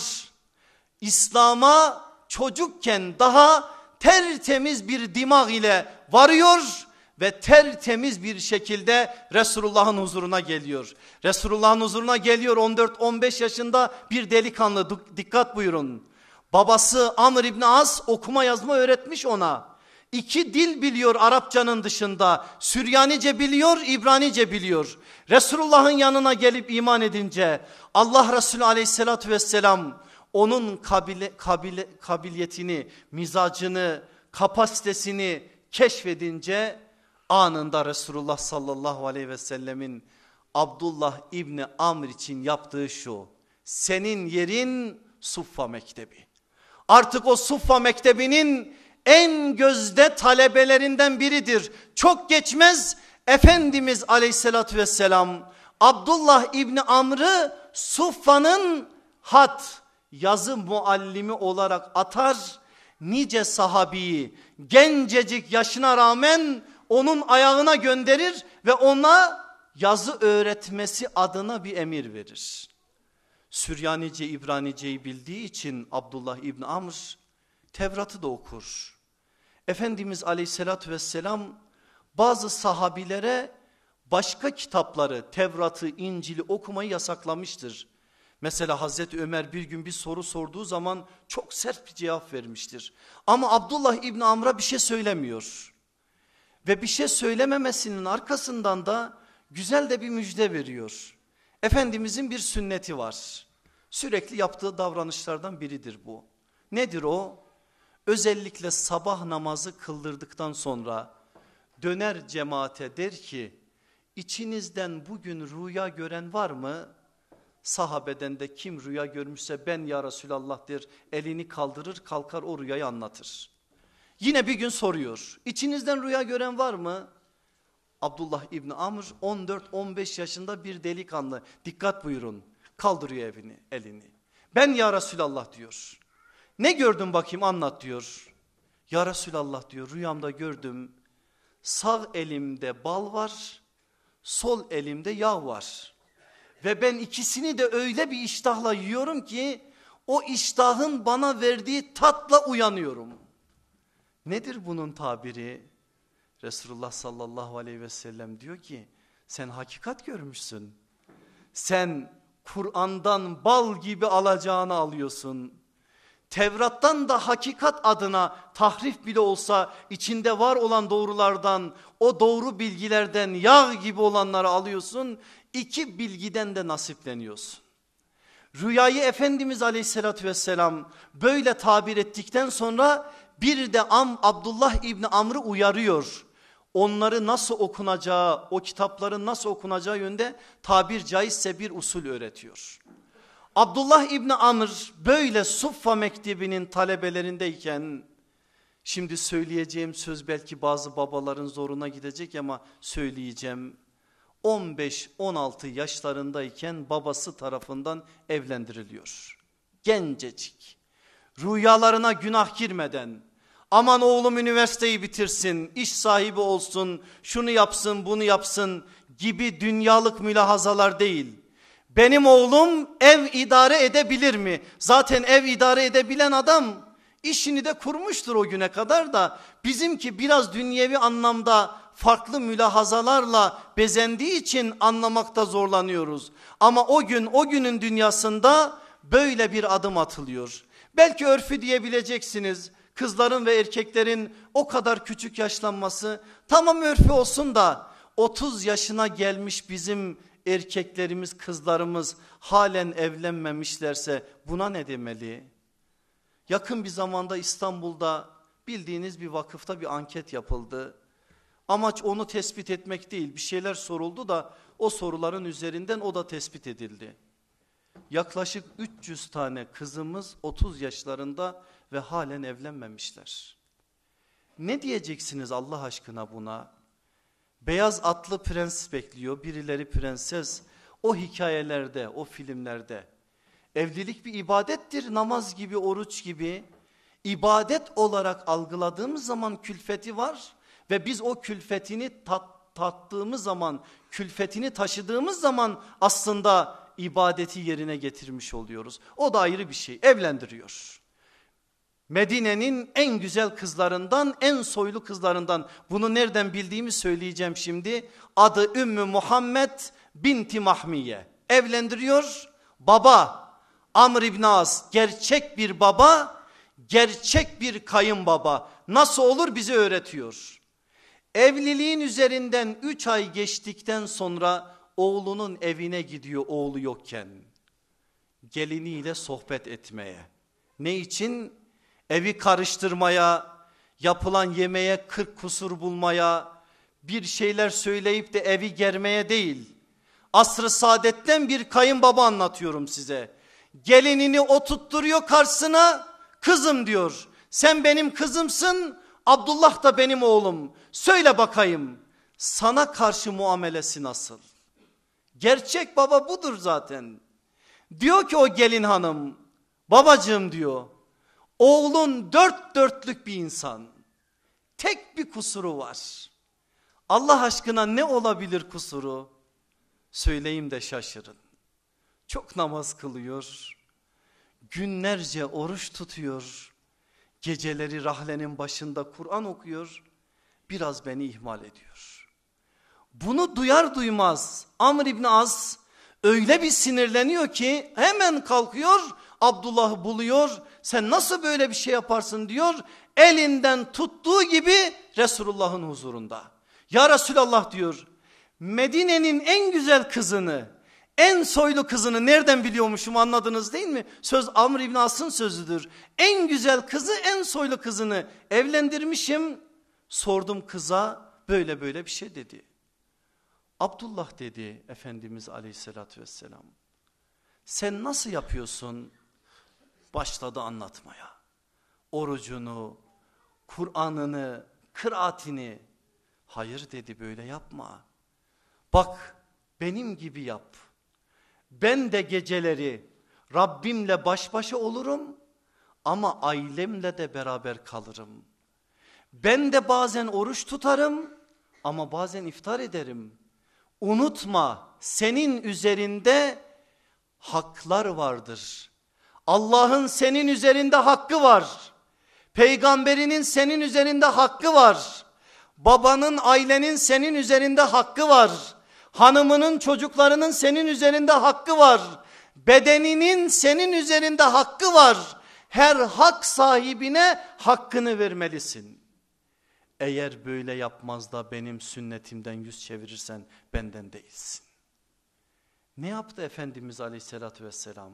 İslam'a çocukken daha tertemiz bir dimağ ile varıyor ve tertemiz bir şekilde Resulullah'ın huzuruna geliyor. Resulullah'ın huzuruna geliyor 14-15 yaşında bir delikanlı, dikkat buyurun. Babası Amr İbni As okuma yazma öğretmiş ona. 2 dil biliyor Arapçanın dışında. Süryanice biliyor, İbranice biliyor. Resulullah'ın yanına gelip iman edince Allah Resulü aleyhissalatü vesselam onun kabiliyetini, mizacını, kapasitesini keşfedince anında Resulullah sallallahu aleyhi ve sellemin Abdullah İbni Amr için yaptığı şu: senin yerin Suffa Mektebi. Artık o Suffa Mektebi'nin en gözde talebelerinden biridir. Çok geçmez Efendimiz aleyhissalatü vesselam Abdullah İbni Amr'ı Suffa'nın yazı muallimi olarak atar. Nice sahabiyi gencecik yaşına rağmen onun ayağına gönderir ve ona yazı öğretmesi adına bir emir verir. Süryanice, İbranice'yi bildiği için Abdullah İbni Amr Tevrat'ı da okur. Efendimiz aleyhissalatü vesselam bazı sahabilere başka kitapları, Tevrat'ı, İncil'i okumayı yasaklamıştır. Mesela Hazreti Ömer bir gün bir soru sorduğu zaman çok sert bir cevap vermiştir. Ama Abdullah İbni Amr'a bir şey söylemiyor. Ve bir şey söylememesinin arkasından da güzel de bir müjde veriyor. Efendimizin bir sünneti var. Sürekli yaptığı davranışlardan biridir bu. Nedir o? Özellikle sabah namazı kıldırdıktan sonra döner cemaate der ki, içinizden bugün rüya gören var mı? Sahabeden de kim rüya görmüşse ben ya Resulallah der, elini kaldırır, kalkar o rüyayı anlatır. Yine bir gün soruyor, içinizden rüya gören var mı? Abdullah İbni Amr 14-15 yaşında bir delikanlı, dikkat buyurun, kaldırıyor elini. Ben ya Resulallah diyor. Ne gördün bakayım anlat diyor. Ya Resulallah diyor, rüyamda gördüm, sağ elimde bal var, sol elimde yağ var. Ve ben ikisini de öyle bir iştahla yiyorum ki o iştahın bana verdiği tatla uyanıyorum. Nedir bunun tabiri? Resulullah sallallahu aleyhi ve sellem diyor ki, sen hakikat görmüşsün. Sen Kur'an'dan bal gibi alacağını alıyorsun. Tevrat'tan da hakikat adına tahrif bile olsa içinde var olan doğrulardan, o doğru bilgilerden yağ gibi olanları alıyorsun. 2 bilgiden de nasipleniyorsun. Rüyayı Efendimiz aleyhissalatü vesselam böyle tabir ettikten sonra bir de Abdullah İbni Amr'ı uyarıyor. Onları nasıl okunacağı, o kitapların nasıl okunacağı yönde tabir caizse bir usul öğretiyor. Abdullah İbni Amr böyle Suffa Mektebi'nin talebelerindeyken, şimdi söyleyeceğim söz belki bazı babaların zoruna gidecek ama söyleyeceğim. 15-16 yaşlarındayken babası tarafından evlendiriliyor. Gencecik, rüyalarına günah girmeden, aman oğlum üniversiteyi bitirsin, iş sahibi olsun, şunu yapsın, bunu yapsın gibi dünyalık mülahazalar değil. Benim oğlum ev idare edebilir mi? Zaten ev idare edebilen adam işini de kurmuştur o güne kadar da, bizimki biraz dünyevi anlamda farklı mülahazalarla bezendiği için anlamakta zorlanıyoruz. Ama o günün dünyasında böyle bir adım atılıyor. Belki örfü diyebileceksiniz, kızların ve erkeklerin o kadar küçük yaşlanması tamam örfü olsun da 30 yaşına gelmiş bizim erkeklerimiz, kızlarımız halen evlenmemişlerse buna ne demeli? Yakın bir zamanda İstanbul'da bildiğiniz bir vakıfta bir anket yapıldı. Amaç onu tespit etmek değil, bir şeyler soruldu da o soruların üzerinden o da tespit edildi. Yaklaşık 300 tane kızımız 30 yaşlarında ve halen evlenmemişler. Ne diyeceksiniz Allah aşkına buna? Beyaz atlı prens bekliyor, birileri prenses. O hikayelerde, o filmlerde evlilik bir ibadettir, namaz gibi, oruç gibi. İbadet olarak algıladığımız zaman külfeti var ve biz o külfetini tattığımız zaman, külfetini taşıdığımız zaman aslında ibadeti yerine getirmiş oluyoruz. O da ayrı bir şey, evlendiriyor. Medine'nin en güzel kızlarından, en soylu kızlarından, bunu nereden bildiğimi söyleyeceğim şimdi. Adı Ümmü Muhammed binti Mahmiye. Evlendiriyor. Baba Amr İbn As gerçek bir baba, gerçek bir kayınbaba nasıl olur bize öğretiyor. Evliliğin üzerinden 3 ay geçtikten sonra oğlunun evine gidiyor oğlu yokken. Geliniyle sohbet etmeye. Ne için? Evi karıştırmaya, yapılan yemeğe 40 kusur bulmaya, bir şeyler söyleyip de evi germeye değil. Asr-ı saadetten bir kayınbaba anlatıyorum size. Gelinini oturtturuyor karşısına, kızım diyor. Sen benim kızımsın, Abdullah da benim oğlum. Söyle bakayım, sana karşı muamelesi nasıl? Gerçek baba budur zaten. Diyor ki o gelin hanım, babacığım diyor, oğlun dört dörtlük bir insan. Tek bir kusuru var. Allah aşkına ne olabilir kusuru? Söyleyeyim de şaşırın. Çok namaz kılıyor. Günlerce oruç tutuyor. Geceleri rahlenin başında Kur'an okuyor. Biraz beni ihmal ediyor. Bunu duyar duymaz Amr İbni As öyle bir sinirleniyor ki hemen kalkıyor, Abdullah'ı buluyor. Sen nasıl böyle bir şey yaparsın diyor. Elinden tuttuğu gibi Resulullah'ın huzurunda. Ya Resulallah diyor, Medine'nin en güzel kızını, en soylu kızını nereden biliyormuşum, anladınız değil mi? Söz Amr İbni As'ın sözüdür. En güzel kızı, en soylu kızını evlendirmişim. Sordum kıza, böyle böyle bir şey dedi. Abdullah dedi Efendimiz Aleyhisselatü Vesselam, sen nasıl yapıyorsun? Başladı anlatmaya. Orucunu, Kur'an'ını, kıraatini. Hayır dedi, böyle yapma. Bak benim gibi yap. Ben de geceleri Rabbimle baş başa olurum ama ailemle de beraber kalırım. Ben de bazen oruç tutarım ama bazen iftar ederim. Unutma, senin üzerinde haklar vardır. Allah'ın senin üzerinde hakkı var. Peygamberinin senin üzerinde hakkı var. Babanın, ailenin senin üzerinde hakkı var. Hanımının, çocuklarının senin üzerinde hakkı var. Bedeninin senin üzerinde hakkı var. Her hak sahibine hakkını vermelisin. Eğer böyle yapmaz da benim sünnetimden yüz çevirirsen benden değilsin. Ne yaptı Efendimiz Aleyhisselatü Vesselam?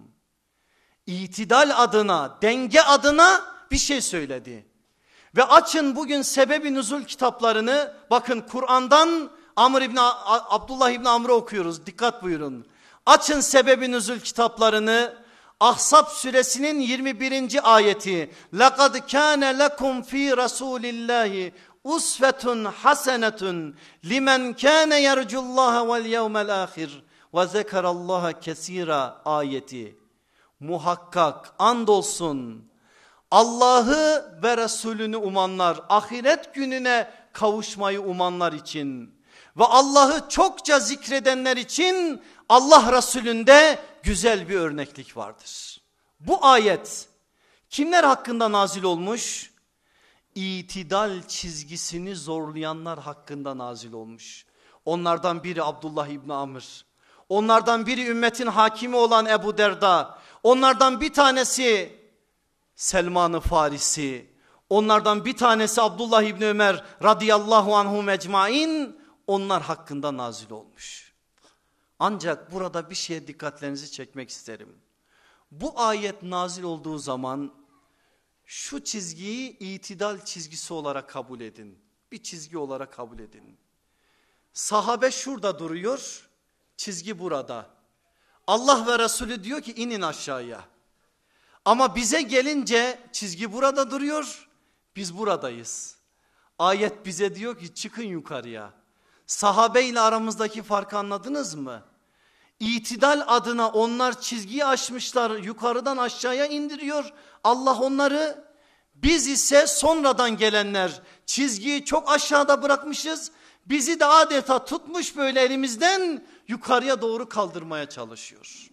İtidal adına, denge adına bir şey söyledi. Ve açın bugün sebebi nüzul kitaplarını, bakın Kur'an'dan Abdullah İbni Amr'ı okuyoruz, dikkat buyurun. Açın sebebi nüzul kitaplarını. Ahzab suresinin 21. ayeti. لَقَدْ كَانَ لَكُمْ ف۪ي رَسُولِ اللّٰهِ usvetun hasenetun limen kâne yercullaha vel yevmel ahir ve zekerallaha kesira ayeti. Muhakkak andolsun Allah'ı ve Resulünü umanlar, ahiret gününe kavuşmayı umanlar için ve Allah'ı çokça zikredenler için Allah Resulünde güzel bir örneklik vardır. Bu ayet kimler hakkında nazil olmuş? İtidal çizgisini zorlayanlar hakkında nazil olmuş. Onlardan biri Abdullah İbni Amr. Onlardan biri ümmetin hakimi olan Ebu Derda. Onlardan bir tanesi Selman-ı Farisi. Onlardan bir tanesi Abdullah İbni Ömer radıyallahu anhum ecmain. Onlar hakkında nazil olmuş. Ancak burada bir şeye dikkatlerinizi çekmek isterim. Bu ayet nazil olduğu zaman şu çizgiyi itidal çizgisi olarak kabul edin. Bir çizgi olarak kabul edin. Sahabe şurada duruyor, çizgi burada. Allah ve Resulü diyor ki inin aşağıya. Ama bize gelince çizgi burada duruyor, biz buradayız. Ayet bize diyor ki çıkın yukarıya. Sahabe ile aramızdaki farkı anladınız mı? İtidal adına onlar çizgiyi aşmışlar, yukarıdan aşağıya indiriyor Allah onları. Biz ise sonradan gelenler çizgiyi çok aşağıda bırakmışız. Bizi de adeta tutmuş böyle elimizden yukarıya doğru kaldırmaya çalışıyor.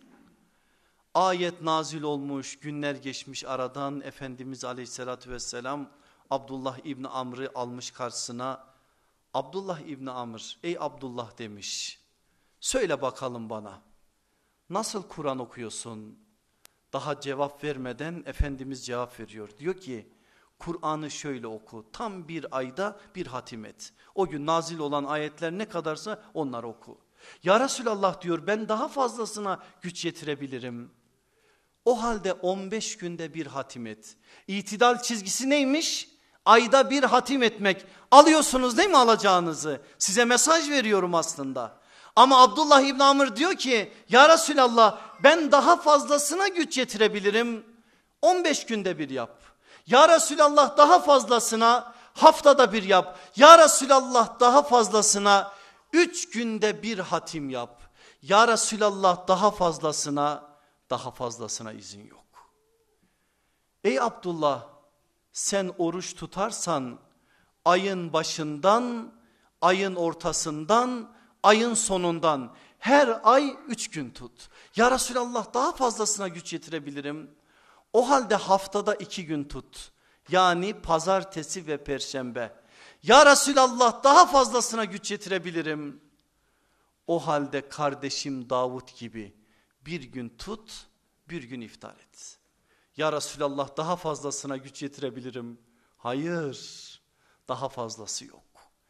Ayet nazil olmuş, günler geçmiş aradan. Efendimiz Aleyhisselatü Vesselam Abdullah İbni Amr'ı almış karşısına. Abdullah İbni Amr, ey Abdullah demiş. Söyle bakalım bana, nasıl Kur'an okuyorsun? Daha cevap vermeden Efendimiz cevap veriyor. Diyor ki Kur'an'ı şöyle oku, tam bir ayda bir hatim et. O gün nazil olan ayetler ne kadarsa onları oku. Ya Resulallah diyor, ben daha fazlasına güç yetirebilirim. O halde 15 günde bir hatim et. İtidal çizgisi neymiş? Ayda bir hatim etmek. Alıyorsunuz değil mi alacağınızı? Size mesaj veriyorum aslında. Ama Abdullah İbni Amr diyor ki ya Resulallah, ben daha fazlasına güç yetirebilirim. 15 günde bir yap. Ya Resulallah, daha fazlasına haftada bir yap. Ya Resulallah, daha fazlasına 3 günde bir hatim yap. Ya Resulallah, daha fazlasına izin yok. Ey Abdullah, sen oruç tutarsan ayın başından, ayın ortasından, ayın sonundan her ay 3 gün tut. Ya Resulallah, daha fazlasına güç yetirebilirim. O halde haftada 2 gün tut. Yani pazartesi ve perşembe. Ya Resulallah, daha fazlasına güç yetirebilirim. O halde kardeşim Davut gibi bir gün tut, bir gün iftar et. Ya Resulallah, daha fazlasına güç yetirebilirim. Hayır, daha fazlası yok.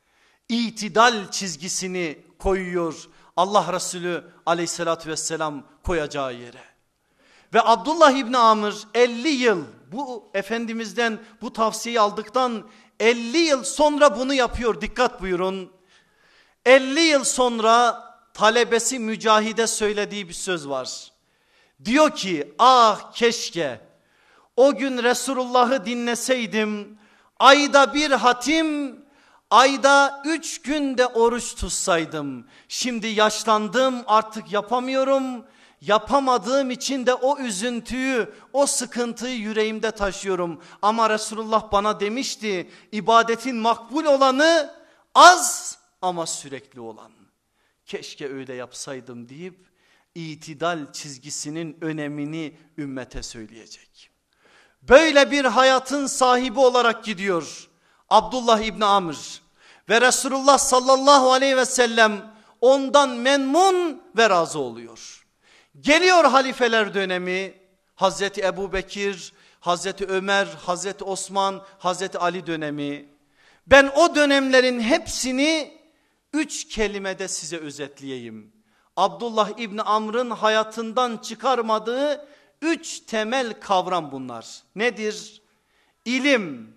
İtidal çizgisini koyuyor Allah Resulü aleyhissalatü vesselam koyacağı yere. Ve Abdullah İbni Amr 50 yıl bu Efendimiz'den bu tavsiyeyi aldıktan 50 yıl sonra bunu yapıyor. Dikkat buyurun. 50 yıl sonra talebesi Mücahid'e söylediği bir söz var. Diyor ki ah keşke o gün Resulullah'ı dinleseydim, ayda bir hatim, ayda 3 günde oruç tutsaydım. Şimdi yaşlandım, artık yapamıyorum. Yapamadığım için de o üzüntüyü, o sıkıntıyı yüreğimde taşıyorum. Ama Resulullah bana demişti, ibadetin makbul olanı az ama sürekli olan. Keşke öyle yapsaydım deyip itidal çizgisinin önemini ümmete söyleyecek. Böyle bir hayatın sahibi olarak gidiyor Abdullah İbni Amr ve Resulullah sallallahu aleyhi ve sellem ondan memnun ve razı oluyor. Geliyor halifeler dönemi, Hazreti Ebu Bekir, Hazreti Ömer, Hazreti Osman, Hazreti Ali dönemi. Ben o dönemlerin hepsini 3 kelimede size özetleyeyim. Abdullah İbni Amr'ın hayatından çıkarmadığı 3 temel kavram bunlar. Nedir? İlim,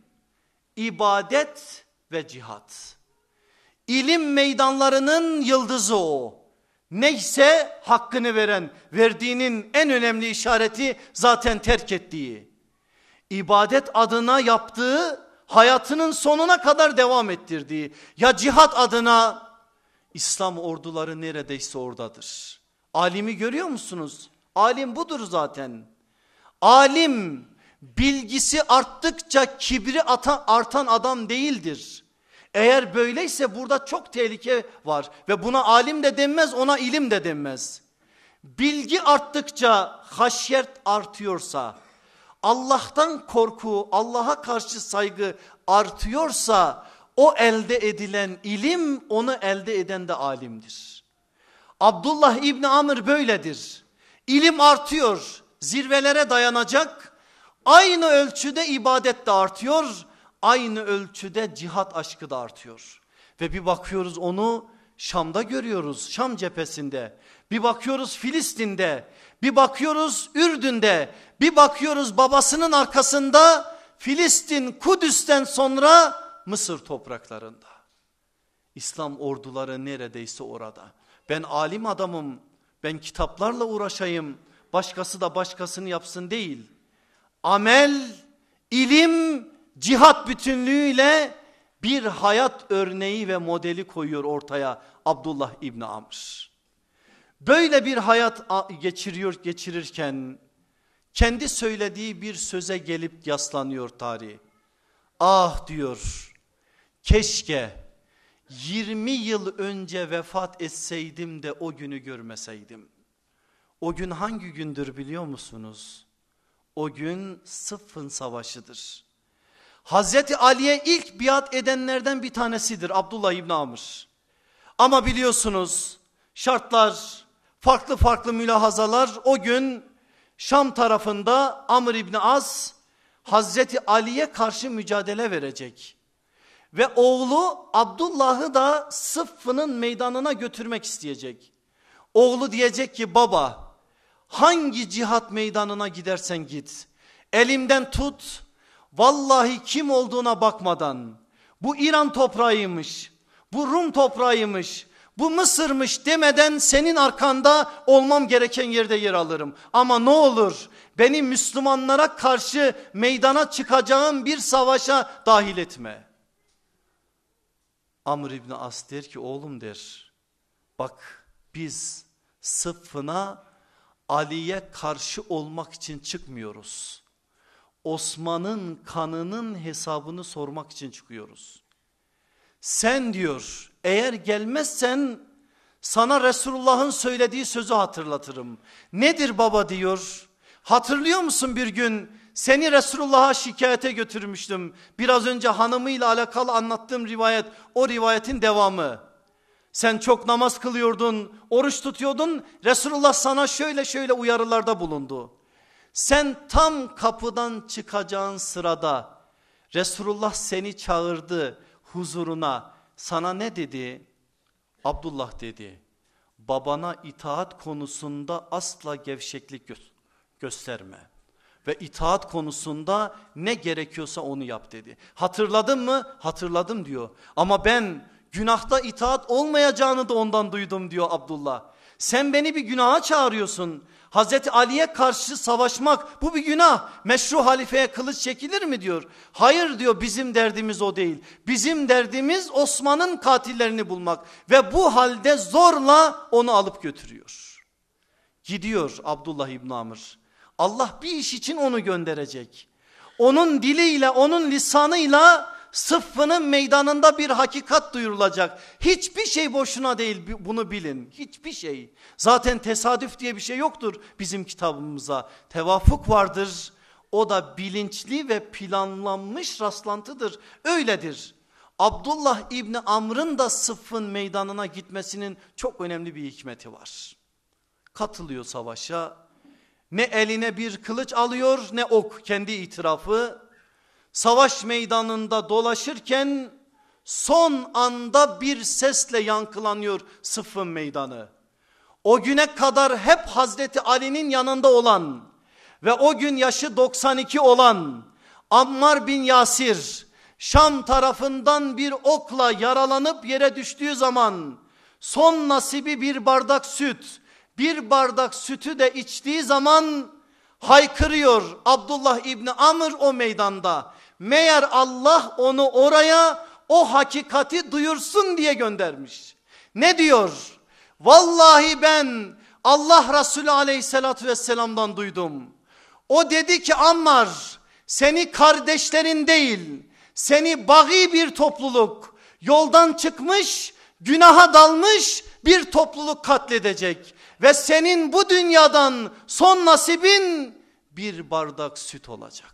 ibadet ve cihat. İlim meydanlarının yıldızı o. Neyse hakkını veren, verdiğinin en önemli işareti zaten terk ettiği. İbadet adına yaptığı, hayatının sonuna kadar devam ettirdiği. Ya cihat adına, İslam orduları neredeyse oradadır. Alimi görüyor musunuz? Alim budur zaten. Alim bilgisi arttıkça kibri artan adam değildir. Eğer böyleyse burada çok tehlike var ve buna alim de denmez, ona ilim de denmez. Bilgi arttıkça haşyet artıyorsa, Allah'tan korku, Allah'a karşı saygı artıyorsa o elde edilen ilim, onu elde eden de alimdir. Abdullah İbni Amr böyledir. İlim artıyor, zirvelere dayanacak, aynı ölçüde ibadet de artıyor, aynı ölçüde cihat aşkı da artıyor. Ve bir bakıyoruz onu Şam'da görüyoruz, Şam cephesinde. Bir bakıyoruz Filistin'de, bir bakıyoruz Ürdün'de, bir bakıyoruz babasının arkasında Filistin, Kudüs'ten sonra Mısır topraklarında. İslam orduları neredeyse orada. Ben alim adamım, ben kitaplarla uğraşayım, başkası da başkasını yapsın değil. Amel, ilim, cihat bütünlüğüyle bir hayat örneği ve modeli koyuyor ortaya Abdullah İbni Amr. Böyle bir hayat geçirirken kendi söylediği bir söze gelip yaslanıyor tarih. Ah diyor, keşke 20 yıl önce vefat etseydim de o günü görmeseydim. O gün hangi gündür biliyor musunuz? O gün Sıffın Savaşı'dır. Hazreti Ali'ye ilk biat edenlerden bir tanesidir Abdullah İbni Amr. Ama biliyorsunuz şartlar, farklı mülahazalar o gün Şam tarafında Amr İbni As Hazreti Ali'ye karşı mücadele verecek. Ve oğlu Abdullah'ı da Sıffın'ın meydanına götürmek isteyecek. Oğlu diyecek ki baba, hangi cihat meydanına gidersen git, elimden tut, vallahi kim olduğuna bakmadan, bu İran toprağıymış, bu Rum toprağıymış, bu Mısır'mış demeden senin arkanda olmam gereken yerde yer alırım. Ama ne olur beni Müslümanlara karşı meydana çıkacağım bir savaşa dahil etme. Amr İbni As der ki oğlum der, bak biz Sıffın'a Ali'ye karşı olmak için çıkmıyoruz. Osman'ın kanının hesabını sormak için çıkıyoruz. Sen diyor eğer gelmezsen sana Resulullah'ın söylediği sözü hatırlatırım. Nedir baba diyor. Hatırlıyor musun bir gün seni Resulullah'a şikayete götürmüştüm. Biraz önce hanımıyla alakalı anlattığım rivayet, o rivayetin devamı. Sen çok namaz kılıyordun, oruç tutuyordun. Resulullah sana şöyle şöyle uyarılarda bulundu. Sen tam kapıdan çıkacağın sırada Resulullah seni çağırdı huzuruna. Sana ne dedi? Abdullah dedi, babana itaat konusunda asla gevşeklik gösterme. Ve itaat konusunda ne gerekiyorsa onu yap dedi. Hatırladın mı? Hatırladım diyor. Ama ben günahta itaat olmayacağını da ondan duydum diyor Abdullah. Sen beni bir günaha çağırıyorsun. Hazreti Ali'ye karşı savaşmak bu bir günah. Meşru halifeye kılıç çekilir mi diyor. Hayır diyor, bizim derdimiz o değil. Bizim derdimiz Osman'ın katillerini bulmak. Ve bu halde zorla onu alıp götürüyor. Gidiyor Abdullah İbni Amr. Allah bir iş için onu gönderecek. Onun diliyle, onun lisanıyla Sıffın'ın meydanında bir hakikat duyurulacak. Hiçbir şey boşuna değil, bunu bilin. Hiçbir şey. Zaten tesadüf diye bir şey yoktur bizim kitabımıza. Tevafuk vardır. O da bilinçli ve planlanmış rastlantıdır. Öyledir. Abdullah İbni Amr'ın da Sıffın meydanına gitmesinin çok önemli bir hikmeti var. Katılıyor savaşa. Ne eline bir kılıç alıyor ne ok, kendi itirafı. Savaş meydanında dolaşırken son anda bir sesle yankılanıyor Sıffın meydanı. O güne kadar hep Hazreti Ali'nin yanında olan ve o gün yaşı 92 olan Ammar bin Yasir Şam tarafından bir okla yaralanıp yere düştüğü zaman son nasibi bir bardak süt, bir bardak sütü de içtiği zaman haykırıyor Abdullah İbni Amr o meydanda. Meğer Allah onu oraya o hakikati duyursun diye göndermiş. Ne diyor? Vallahi ben Allah Resulü aleyhissalatü vesselam'dan duydum. O dedi ki Ammar, seni kardeşlerin değil, seni bagi bir topluluk, yoldan çıkmış, günaha dalmış bir topluluk katledecek. Ve senin bu dünyadan son nasibin bir bardak süt olacak.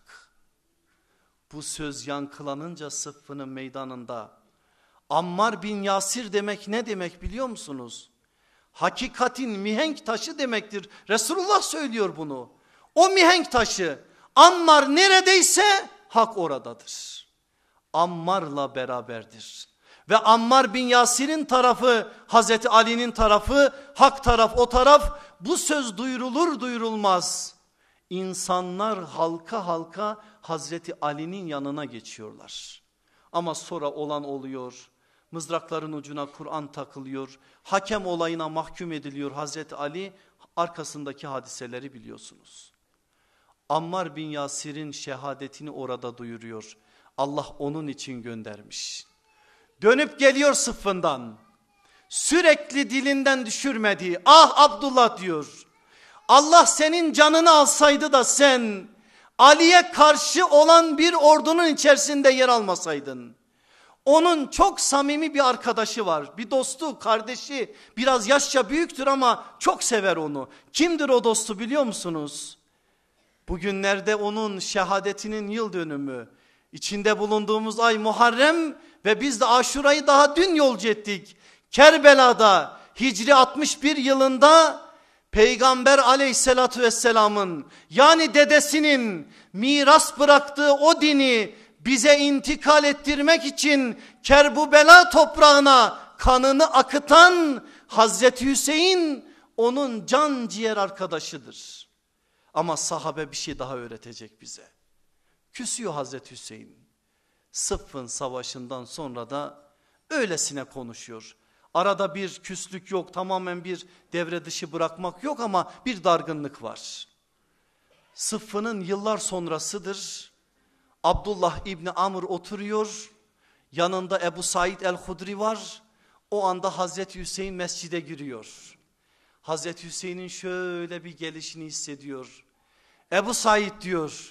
Bu söz yankılanınca Sıffın'ın meydanında Ammar bin Yasir demek ne demek biliyor musunuz? Hakikatin mihenk taşı demektir. Resulullah söylüyor bunu. O mihenk taşı Ammar neredeyse hak oradadır. Ammar'la beraberdir. Ve Ammar bin Yasir'in tarafı, Hazreti Ali'nin tarafı, hak taraf o taraf, bu söz duyurulur duyurulmaz. İnsanlar halka halka Hazreti Ali'nin yanına geçiyorlar. Ama sonra olan oluyor. Mızrakların ucuna Kur'an takılıyor. Hakem olayına mahkum ediliyor Hazreti Ali. Arkasındaki hadiseleri biliyorsunuz. Ammar bin Yasir'in şehadetini orada duyuruyor. Allah onun için göndermiş. Dönüp geliyor Sıffın'dan. Sürekli dilinden düşürmediği ah Abdullah diyor. Allah senin canını alsaydı da sen Ali'ye karşı olan bir ordunun içerisinde yer almasaydın. Onun çok samimi bir arkadaşı var. Bir dostu, kardeşi, biraz yaşça büyüktür ama çok sever onu. Kimdir o dostu biliyor musunuz? Bugünlerde onun şehadetinin yıl dönümü. İçinde bulunduğumuz ay Muharrem ve biz de Aşura'yı daha dün yolcu ettik. Kerbela'da Hicri 61 yılında Peygamber aleyhissalatü vesselamın yani dedesinin miras bıraktığı o dini bize intikal ettirmek için Kerbela toprağına kanını akıtan Hazreti Hüseyin onun can ciğer arkadaşıdır. Ama sahabe bir şey daha öğretecek bize. Küsüyor Hazreti Hüseyin. Sıffın savaşından sonra da öylesine konuşuyor. Arada bir küslük yok, tamamen bir devre dışı bırakmak yok ama bir dargınlık var. Sıffın'ın yıllar sonrasıdır. Abdullah İbni Amr oturuyor. Yanında Ebu Said el-Hudri var. O anda Hazreti Hüseyin mescide giriyor. Hazreti Hüseyin'in şöyle bir gelişini hissediyor. Ebu Said diyor,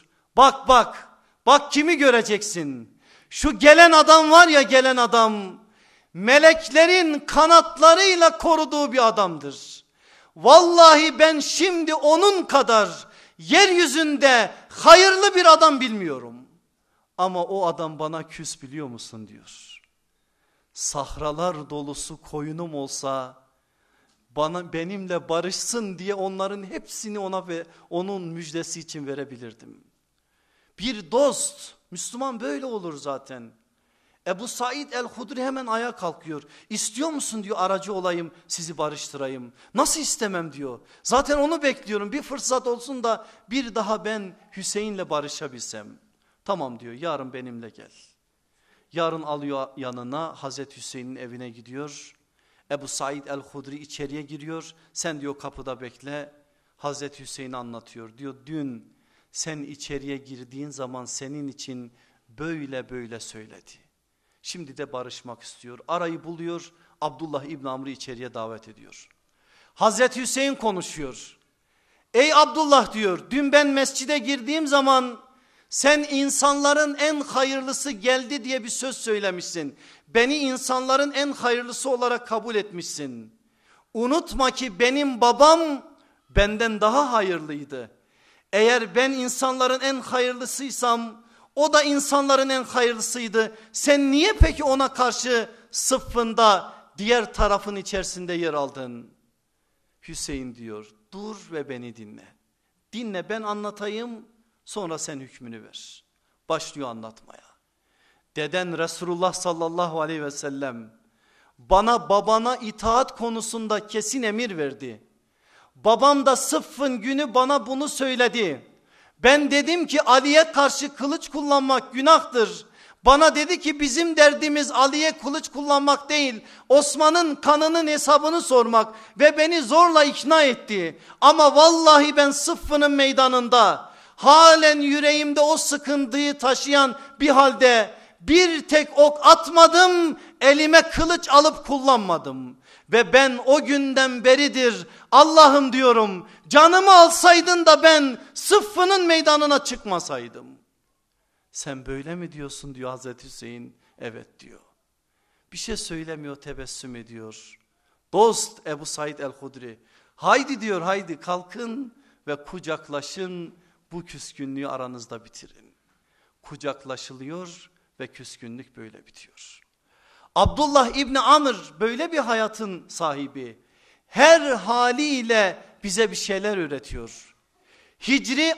bak kimi göreceksin? Şu gelen adam var ya, gelen adam meleklerin kanatlarıyla koruduğu bir adamdır. Vallahi ben şimdi onun kadar yeryüzünde hayırlı bir adam bilmiyorum. Ama o adam bana küs, biliyor musun diyor. Sahralar dolusu koyunum olsa benimle barışsın diye onların hepsini ona ve onun müjdesi için verebilirdim. Bir dost, Müslüman böyle olur zaten. Ebu Said el-Hudri hemen ayağa kalkıyor. İstiyor musun diyor, aracı olayım, sizi barıştırayım. Nasıl istemem diyor. Zaten onu bekliyorum, bir fırsat olsun da bir daha ben Hüseyin'le barışabilsem. Tamam diyor, yarın benimle gel. Yarın alıyor yanına, Hazreti Hüseyin'in evine gidiyor. Ebu Said el-Hudri içeriye giriyor. Sen diyor kapıda bekle. Hazreti Hüseyin anlatıyor. Diyor dün sen içeriye girdiğin zaman senin için böyle söyledi. Şimdi de barışmak istiyor. Arayı buluyor. Abdullah İbni Amr'ı içeriye davet ediyor. Hazreti Hüseyin konuşuyor. Ey Abdullah diyor, dün ben mescide girdiğim zaman sen insanların en hayırlısı geldi diye bir söz söylemişsin. Beni insanların en hayırlısı olarak kabul etmişsin. Unutma ki benim babam benden daha hayırlıydı. Eğer ben insanların en hayırlısıysam o da insanların en hayırlısıydı. Sen niye peki ona karşı sıffında diğer tarafın içerisinde yer aldın? Hüseyin diyor, dur ve beni dinle. Dinle, ben anlatayım, sonra sen hükmünü ver. Başlıyor anlatmaya. Deden Resulullah sallallahu aleyhi ve sellem bana babana itaat konusunda kesin emir verdi. Babam da Sıffın günü bana bunu söyledi. Ben dedim ki Ali'ye karşı kılıç kullanmak günahtır. Bana dedi ki bizim derdimiz Ali'ye kılıç kullanmak değil, Osman'ın kanının hesabını sormak ve beni zorla ikna etti. Ama vallahi ben Sıffın'ın meydanında halen yüreğimde o sıkıntıyı taşıyan bir halde bir tek ok atmadım, elime kılıç alıp kullanmadım. Ve ben o günden beridir Allah'ım diyorum, canımı alsaydın da ben Sıffın'ın meydanına çıkmasaydım. Sen böyle mi diyorsun diyor Hazreti Hüseyin. Evet diyor. Bir şey söylemiyor, tebessüm ediyor. Dost Ebu Said el-Hudri, haydi diyor, haydi kalkın ve kucaklaşın, bu küskünlüğü aranızda bitirin. Kucaklaşılıyor ve küskünlük böyle bitiyor. Abdullah İbni Amr böyle bir hayatın sahibi. Her haliyle bize bir şeyler öğretiyor. Hicri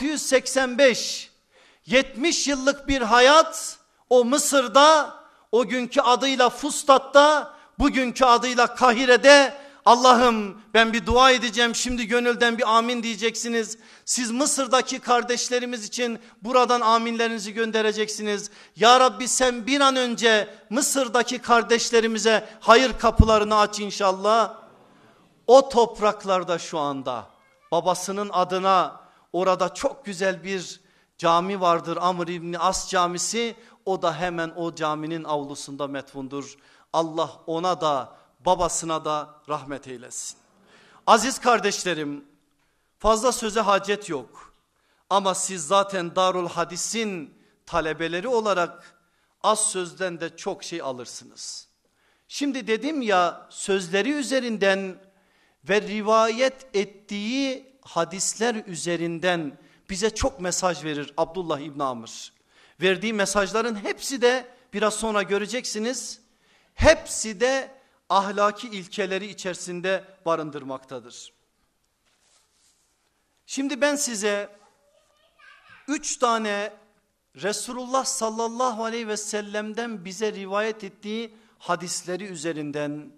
685, 70 yıllık bir hayat o Mısır'da, o günkü adıyla Fustat'ta, bugünkü adıyla Kahire'de. Allah'ım ben bir dua edeceğim, şimdi gönülden bir amin diyeceksiniz. Siz Mısır'daki kardeşlerimiz için buradan aminlerinizi göndereceksiniz. Ya Rabbi sen bir an önce Mısır'daki kardeşlerimize hayır kapılarını aç inşallah. O topraklarda şu anda babasının adına orada çok güzel bir cami vardır, Amr İbni As camisi. O da hemen o caminin avlusunda metfundur. Allah ona da babasına da rahmet eylesin. Aziz kardeşlerim, fazla söze hacet yok. Ama siz zaten Darul Hadis'in talebeleri olarak az sözden de çok şey alırsınız. Şimdi dedim ya, sözleri üzerinden ve rivayet ettiği hadisler üzerinden bize çok mesaj verir Abdullah İbni Amr. Verdiği mesajların hepsi de biraz sonra göreceksiniz. Hepsi de ahlaki ilkeleri içerisinde barındırmaktadır. Şimdi ben size 3 tane Resulullah sallallahu aleyhi ve sellem'den bize rivayet ettiği hadisleri üzerinden,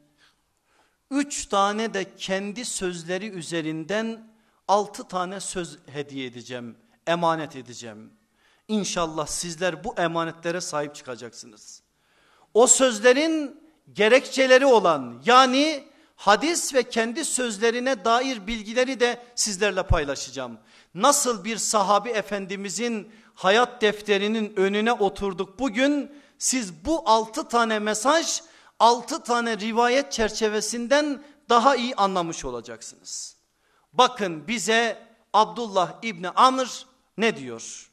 3 tane de kendi sözleri üzerinden 6 tane söz hediye edeceğim, emanet edeceğim. İnşallah sizler bu emanetlere sahip çıkacaksınız. O sözlerin gerekçeleri olan, yani hadis ve kendi sözlerine dair bilgileri de sizlerle paylaşacağım. Nasıl bir sahabi efendimizin hayat defterinin önüne oturduk bugün, siz bu 6 tane mesaj, 6 tane rivayet çerçevesinden daha iyi anlamış olacaksınız. Bakın bize Abdullah İbni Amr ne diyor?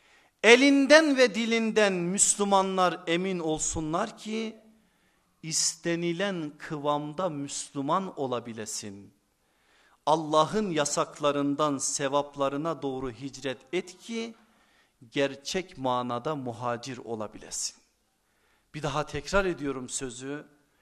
Elinden ve dilinden Müslümanlar emin olsunlar ki istenilen kıvamda Müslüman olabilesin. Allah'ın yasaklarından sevaplarına doğru hicret et ki gerçek manada muhacir olabilesin. Bir daha tekrar ediyorum sözü.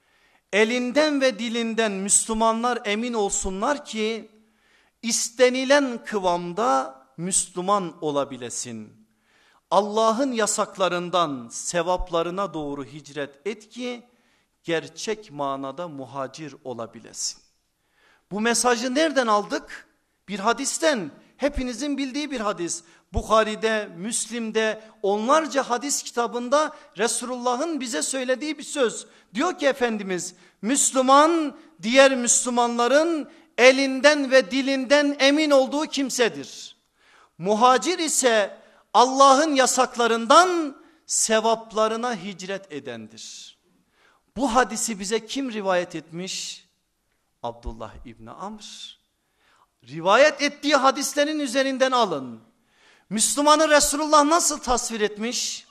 Elinden ve dilinden Müslümanlar emin olsunlar ki istenilen kıvamda Müslüman olabilesin. Allah'ın yasaklarından sevaplarına doğru hicret et ki gerçek manada muhacir olabilesin. Bu mesajı nereden aldık? Bir hadisten, hepinizin bildiği bir hadis. Bukhari'de, Müslim'de, onlarca hadis kitabında Resulullah'ın bize söylediği bir söz. Diyor ki Efendimiz, Müslüman diğer Müslümanların elinden ve dilinden emin olduğu kimsedir. Muhacir ise Allah'ın yasaklarından sevaplarına hicret edendir. Bu hadisi bize kim rivayet etmiş? Abdullah İbni Amr. Rivayet ettiği hadislerin üzerinden alın. Müslümanı Resulullah nasıl tasvir etmiş?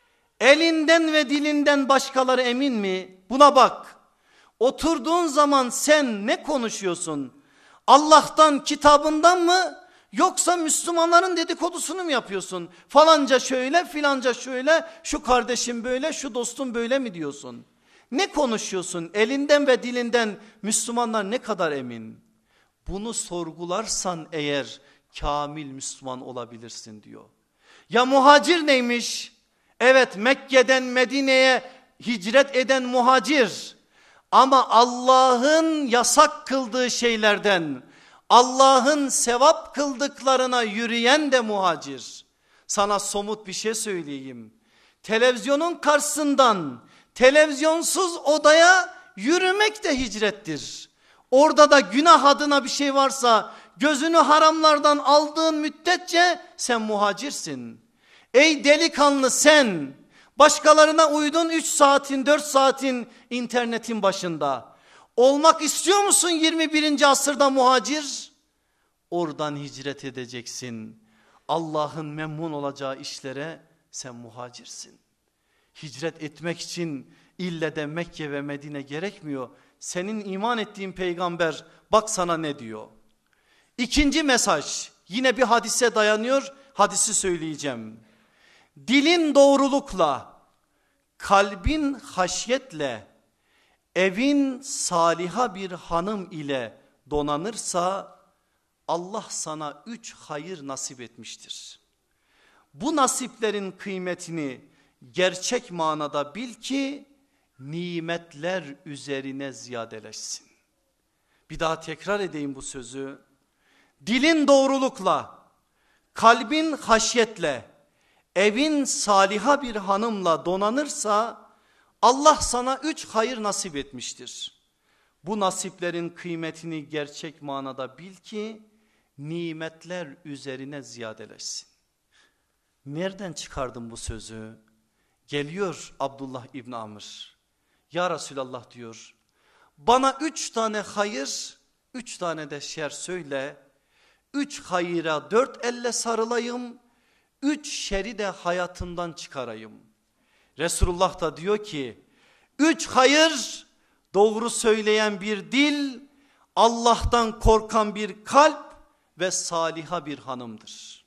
Elinden ve dilinden başkaları emin mi? Buna bak. Oturduğun zaman sen ne konuşuyorsun? Allah'tan, kitabından mı? Yoksa Müslümanların dedikodusunu mu yapıyorsun? Falanca şöyle, filanca şöyle, şu kardeşim böyle, şu dostum böyle mi diyorsun? Ne konuşuyorsun? Elinden ve dilinden Müslümanlar ne kadar emin? Bunu sorgularsan eğer kamil Müslüman olabilirsin diyor. Ya muhacir neymiş? Evet, Mekke'den Medine'ye hicret eden muhacir. Ama Allah'ın yasak kıldığı şeylerden, Allah'ın sevap kıldıklarına yürüyen de muhacir. Sana somut bir şey söyleyeyim. Televizyonun karşısından televizyonsuz odaya yürümek de hicrettir. Orada da günah adına bir şey varsa gözünü haramlardan aldığın müddetçe sen muhacirsin. Ey delikanlı sen, başkalarına uydun 3 saatin 4 saatin internetin başında. Olmak istiyor musun 21. asırda muhacir? Oradan hicret edeceksin. Allah'ın memnun olacağı işlere sen muhacirsin. Hicret etmek için ille de Mekke ve Medine gerekmiyor. Senin iman ettiğin peygamber bak sana ne diyor. İkinci mesaj yine bir hadise dayanıyor. Hadisi söyleyeceğim. Dilin doğrulukla, kalbin haşyetle, evin saliha bir hanım ile donanırsa Allah sana 3 hayır nasip etmiştir. Bu nasiplerin kıymetini gerçek manada bil ki nimetler üzerine ziyadeleşsin. Bir daha tekrar edeyim bu sözü. Dilin doğrulukla, kalbin haşyetle, evin saliha bir hanımla donanırsa Allah sana 3 hayır nasip etmiştir. Bu nasiplerin kıymetini gerçek manada bil ki nimetler üzerine ziyadeleşsin. Nereden çıkardım bu sözü? Geliyor Abdullah İbni Amr. Ya Resulallah diyor, bana 3 tane hayır, 3 tane de şer söyle. 3 hayıra 4 elle sarılayım, 3 şeri de hayatımdan çıkarayım. Resulullah da diyor ki 3 hayır, doğru söyleyen bir dil, Allah'tan korkan bir kalp ve saliha bir hanımdır.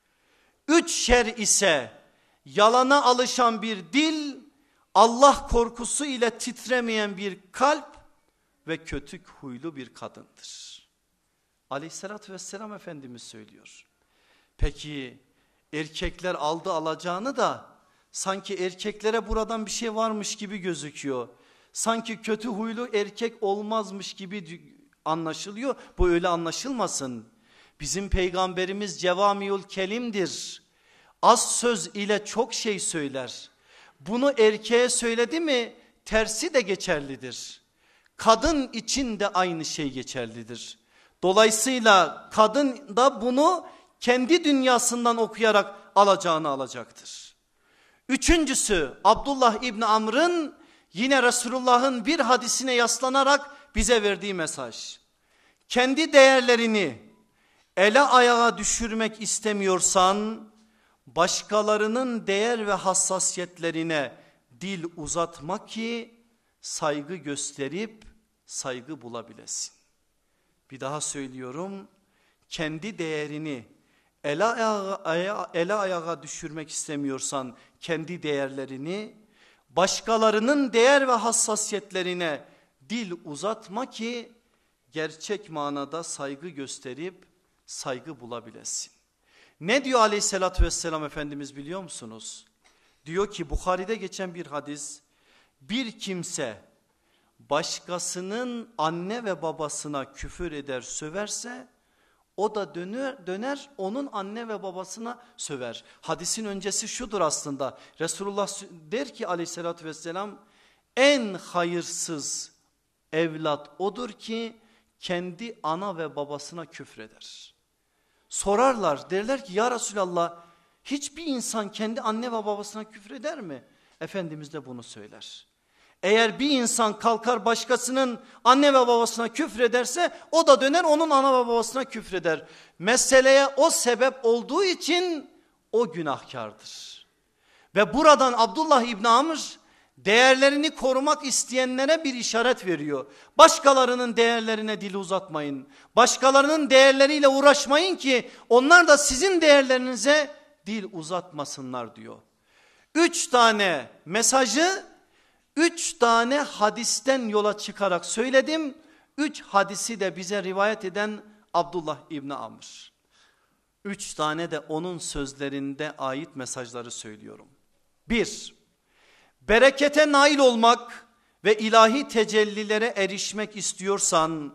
3 şer ise yalana alışan bir dil, Allah korkusu ile titremeyen bir kalp ve kötü huylu bir kadındır. Aleyhissalatü vesselam Efendimiz söylüyor. Peki erkekler aldı alacağını da sanki erkeklere buradan bir şey varmış gibi gözüküyor. Sanki kötü huylu erkek olmazmış gibi anlaşılıyor. Bu öyle anlaşılmasın. Bizim peygamberimiz cevamiül kelimdir. Az söz ile çok şey söyler. Bunu erkeğe söyledi mi tersi de geçerlidir. Kadın için de aynı şey geçerlidir. Dolayısıyla kadın da bunu kendi dünyasından okuyarak alacağını alacaktır. Üçüncüsü Abdullah İbni Amr'ın yine Resulullah'ın bir hadisine yaslanarak bize verdiği mesaj. Kendi değerlerini ele ayağa düşürmek istemiyorsan başkalarının değer ve hassasiyetlerine dil uzatma ki saygı gösterip saygı bulabilesin. Bir daha söylüyorum, kendi değerini ele ayağa düşürmek istemiyorsan kendi değerlerini başkalarının değer ve hassasiyetlerine dil uzatma ki gerçek manada saygı gösterip saygı bulabilesin. Ne diyor Aleyhisselatü vesselam Efendimiz biliyor musunuz? Diyor ki Bukhari'de geçen bir hadis, bir kimse başkasının anne ve babasına küfür eder söverse o da döner onun anne ve babasına söver. Hadisin öncesi şudur aslında, Resulullah der ki Aleyhisselatü vesselam en hayırsız evlat odur ki kendi ana ve babasına küfreder. Sorarlar, derler ki ya Resulallah hiçbir insan kendi anne ve babasına küfreder mi? Efendimiz de bunu söyler. Eğer bir insan kalkar başkasının anne ve babasına küfrederse o da döner onun ana ve babasına küfreder. Meseleye o sebep olduğu için o günahkardır. Ve buradan Abdullah İbni Amr değerlerini korumak isteyenlere bir işaret veriyor. Başkalarının değerlerine dil uzatmayın. Başkalarının değerleriyle uğraşmayın ki onlar da sizin değerlerinize dil uzatmasınlar diyor. 3 tane mesajı 3 tane hadisten yola çıkarak söyledim. 3 hadisi de bize rivayet eden Abdullah İbni Amr. 3 tane de onun sözlerinde ait mesajları söylüyorum. 1. Berekete nail olmak ve ilahi tecellilere erişmek istiyorsan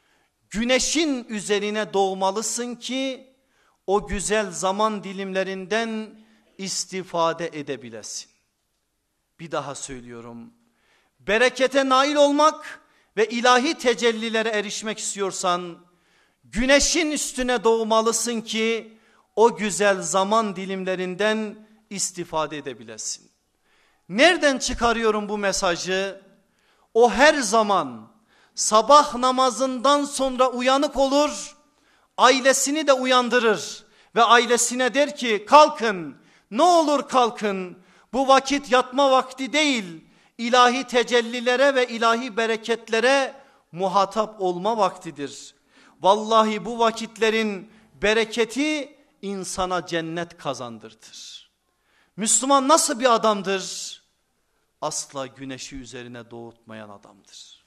güneşin üzerine doğmalısın ki o güzel zaman dilimlerinden istifade edebilesin. Bir daha söylüyorum. Berekete nail olmak ve ilahi tecellilere erişmek istiyorsan güneşin üstüne doğmalısın ki o güzel zaman dilimlerinden istifade edebilesin. Nereden çıkarıyorum bu mesajı? O her zaman sabah namazından sonra uyanık olur, ailesini de uyandırır ve ailesine der ki kalkın, ne olur kalkın, bu vakit yatma vakti değil, ilahi tecellilere ve ilahi bereketlere muhatap olma vaktidir. Vallahi bu vakitlerin bereketi insana cennet kazandırtır. Müslüman nasıl bir adamdır? Asla güneşi üzerine doğutmayan adamdır.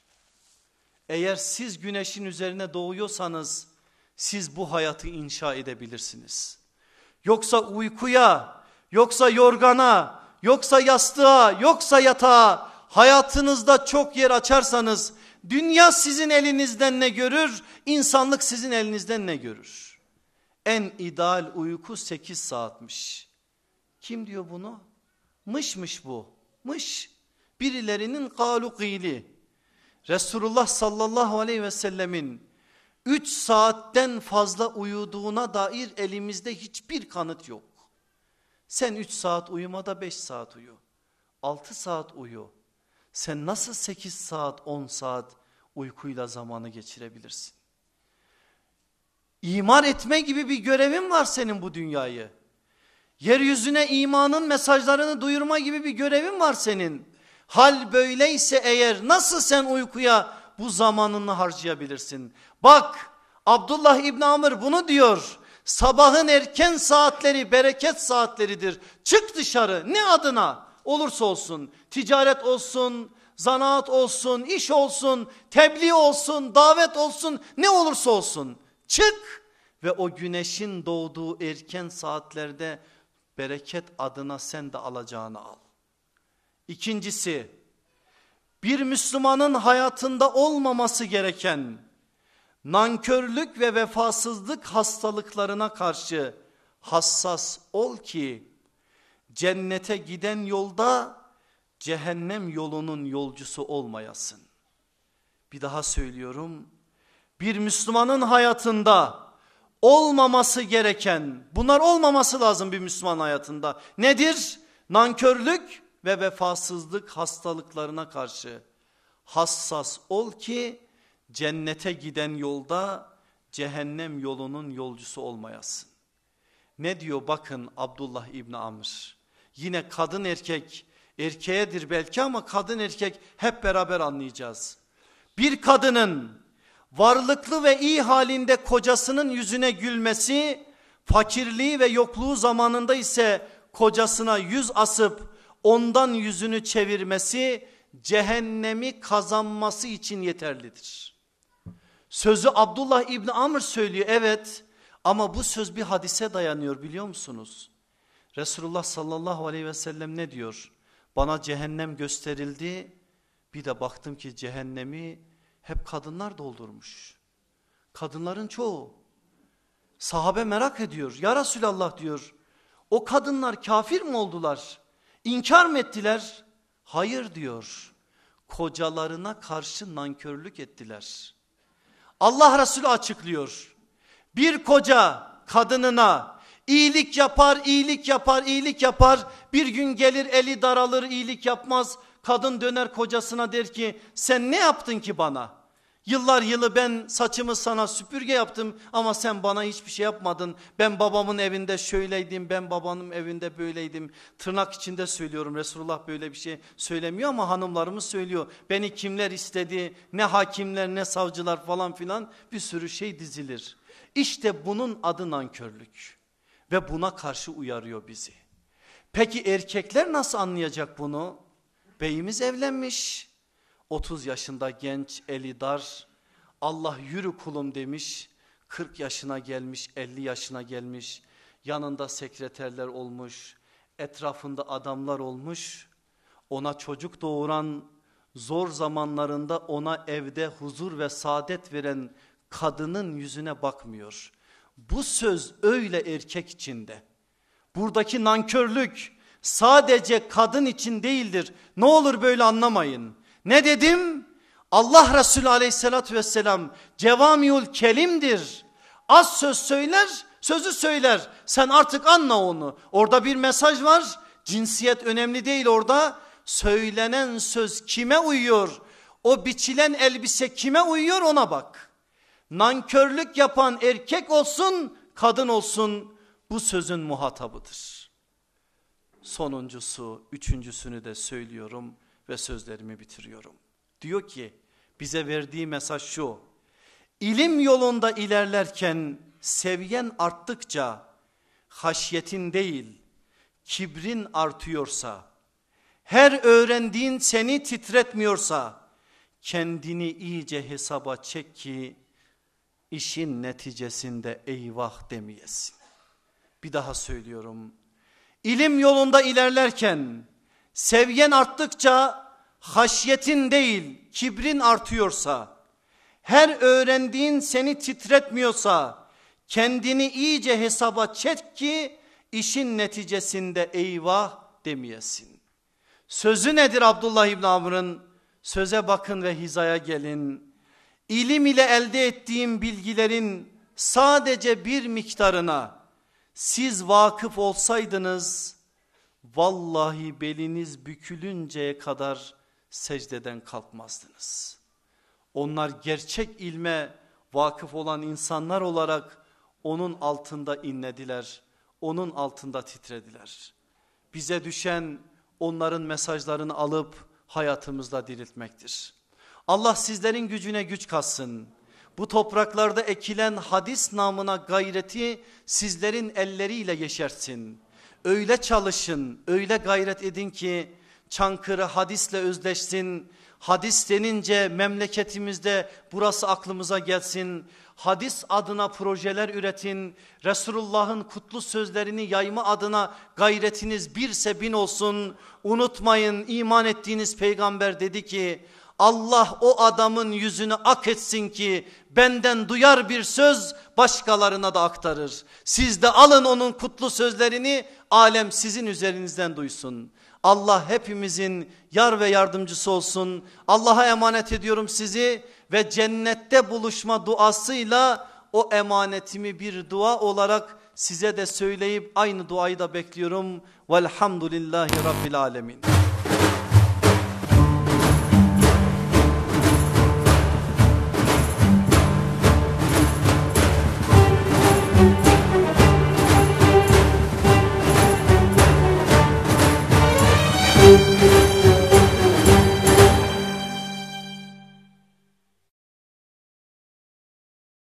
Eğer siz güneşin üzerine doğuyorsanız siz bu hayatı inşa edebilirsiniz. Yoksa uykuya, yoksa yorgana, yoksa yastığa, yoksa yatağa hayatınızda çok yer açarsanız dünya sizin elinizden ne görür, insanlık sizin elinizden ne görür? En ideal uyku 8 saatmiş. Kim diyor bunu? Mışmış bu. Mış. Birilerinin galukili. Resulullah sallallahu aleyhi ve sellemin 3 saatten fazla uyuduğuna dair elimizde hiçbir kanıt yok. Sen 3 saat uyuma da 5 saat uyu. 6 saat uyu. Sen nasıl 8 saat 10 saat uykuyla zamanı geçirebilirsin? İmar etme gibi bir görevin var senin bu dünyayı. Yeryüzüne imanın mesajlarını duyurma gibi bir görevin var senin. Hal böyleyse eğer nasıl sen uykuya bu zamanını harcayabilirsin? Bak Abdullah İbni Amr bunu diyor. Sabahın erken saatleri bereket saatleridir. Çık dışarı ne adına olursa olsun. Ticaret olsun, zanaat olsun, iş olsun, tebliğ olsun, davet olsun, ne olursa olsun. Çık ve o güneşin doğduğu erken saatlerde bereket adına sen de alacağını al. İkincisi, bir Müslümanın hayatında olmaması gereken nankörlük ve vefasızlık hastalıklarına karşı hassas ol ki cennete giden yolda cehennem yolunun yolcusu olmayasın. Bir daha söylüyorum. Bir Müslümanın hayatında olmaması gereken, bunlar olmaması lazım bir Müslüman hayatında. Nedir? Nankörlük ve vefasızlık hastalıklarına karşı hassas ol ki cennete giden yolda cehennem yolunun yolcusu olmayasın. Ne diyor bakın Abdullah İbni Amr. Yine kadın erkek, erkeğedir belki ama kadın erkek hep beraber anlayacağız. Bir kadının varlıklı ve iyi halinde kocasının yüzüne gülmesi, fakirliği ve yokluğu zamanında ise kocasına yüz asıp ondan yüzünü çevirmesi cehennemi kazanması için yeterlidir. Sözü Abdullah İbni Amr söylüyor, evet, ama bu söz bir hadise dayanıyor biliyor musunuz? Resulullah sallallahu aleyhi ve sellem ne diyor? Bana cehennem gösterildi, bir de baktım ki cehennemi hep kadınlar doldurmuş. Kadınların çoğu. Sahabe merak ediyor. Ya Resulallah diyor, o kadınlar kafir mi oldular? İnkar mı ettiler? Hayır diyor. Kocalarına karşı nankörlük ettiler. Allah Resulü açıklıyor. Bir koca kadınına iyilik yapar, iyilik yapar, iyilik yapar. Bir gün gelir eli daralır, iyilik yapmaz. Kadın döner kocasına der ki sen ne yaptın ki bana? Yıllar yılı ben saçımı sana süpürge yaptım ama sen bana hiçbir şey yapmadın. Ben babamın evinde şöyleydim, ben babanın evinde böyleydim. Tırnak içinde söylüyorum, Resulullah böyle bir şey söylemiyor ama hanımlarımız söylüyor. Beni kimler istedi, ne hakimler ne savcılar falan filan, bir sürü şey dizilir. İşte bunun adı nankörlük ve buna karşı uyarıyor bizi. Peki erkekler nasıl anlayacak bunu? Beyimiz evlenmiş. 30 yaşında genç, eli dar, Allah yürü kulum demiş, 40 yaşına gelmiş, 50 yaşına gelmiş, yanında sekreterler olmuş, etrafında adamlar olmuş, ona çocuk doğuran, zor zamanlarında ona evde huzur ve saadet veren kadının yüzüne bakmıyor. Bu söz öyle erkek içinde. Buradaki nankörlük sadece kadın için değildir. Ne olur böyle anlamayın. Ne dedim? Allah Resulü aleyhissalatü vesselam cevamiül kelimdir. Az söz söyler, sözü söyler. Sen artık anla onu. Orada bir mesaj var. Cinsiyet önemli değil orada. Söylenen söz kime uyuyor? O biçilen elbise kime uyuyor ona bak. Nankörlük yapan erkek olsun, kadın olsun bu sözün muhatabıdır. Sonuncusu, üçüncüsünü de söylüyorum ve sözlerimi bitiriyorum. Diyor ki bize verdiği mesaj şu: İlim yolunda ilerlerken seviyen arttıkça haşyetin değil kibrin artıyorsa, her öğrendiğin seni titretmiyorsa kendini iyice hesaba çek ki işin neticesinde eyvah demeyesin. Bir daha söylüyorum. İlim yolunda ilerlerken seviyen arttıkça haşyetin değil kibrin artıyorsa, her öğrendiğin seni titretmiyorsa kendini iyice hesaba çek ki işin neticesinde eyvah demeyesin. Sözü nedir Abdullah İbni Amr'ın? Söze bakın ve hizaya gelin. İlim ile elde ettiğim bilgilerin sadece bir miktarına siz vakıf olsaydınız vallahi beliniz bükülünceye kadar secdeden kalkmazdınız. Onlar gerçek ilme vakıf olan insanlar olarak onun altında inlediler, onun altında titrediler. Bize düşen onların mesajlarını alıp hayatımızda diriltmektir. Allah sizlerin gücüne güç katsın. Bu topraklarda ekilen hadis namına gayreti sizlerin elleriyle yeşertsin. Öyle çalışın, öyle gayret edin ki Çankırı hadisle özleşsin. Hadis denince memleketimizde burası aklımıza gelsin. Hadis adına projeler üretin. Resulullah'ın kutlu sözlerini yayma adına gayretiniz birse bin olsun. Unutmayın, iman ettiğiniz peygamber dedi ki Allah o adamın yüzünü ak etsin ki benden duyar bir söz başkalarına da aktarır. Siz de alın onun kutlu sözlerini, alem sizin üzerinizden duysun. Allah hepimizin yar ve yardımcısı olsun. Allah'a emanet ediyorum sizi ve cennette buluşma duasıyla o emanetimi bir dua olarak size de söyleyip aynı duayı da bekliyorum. Velhamdülillahi Rabbil Alemin.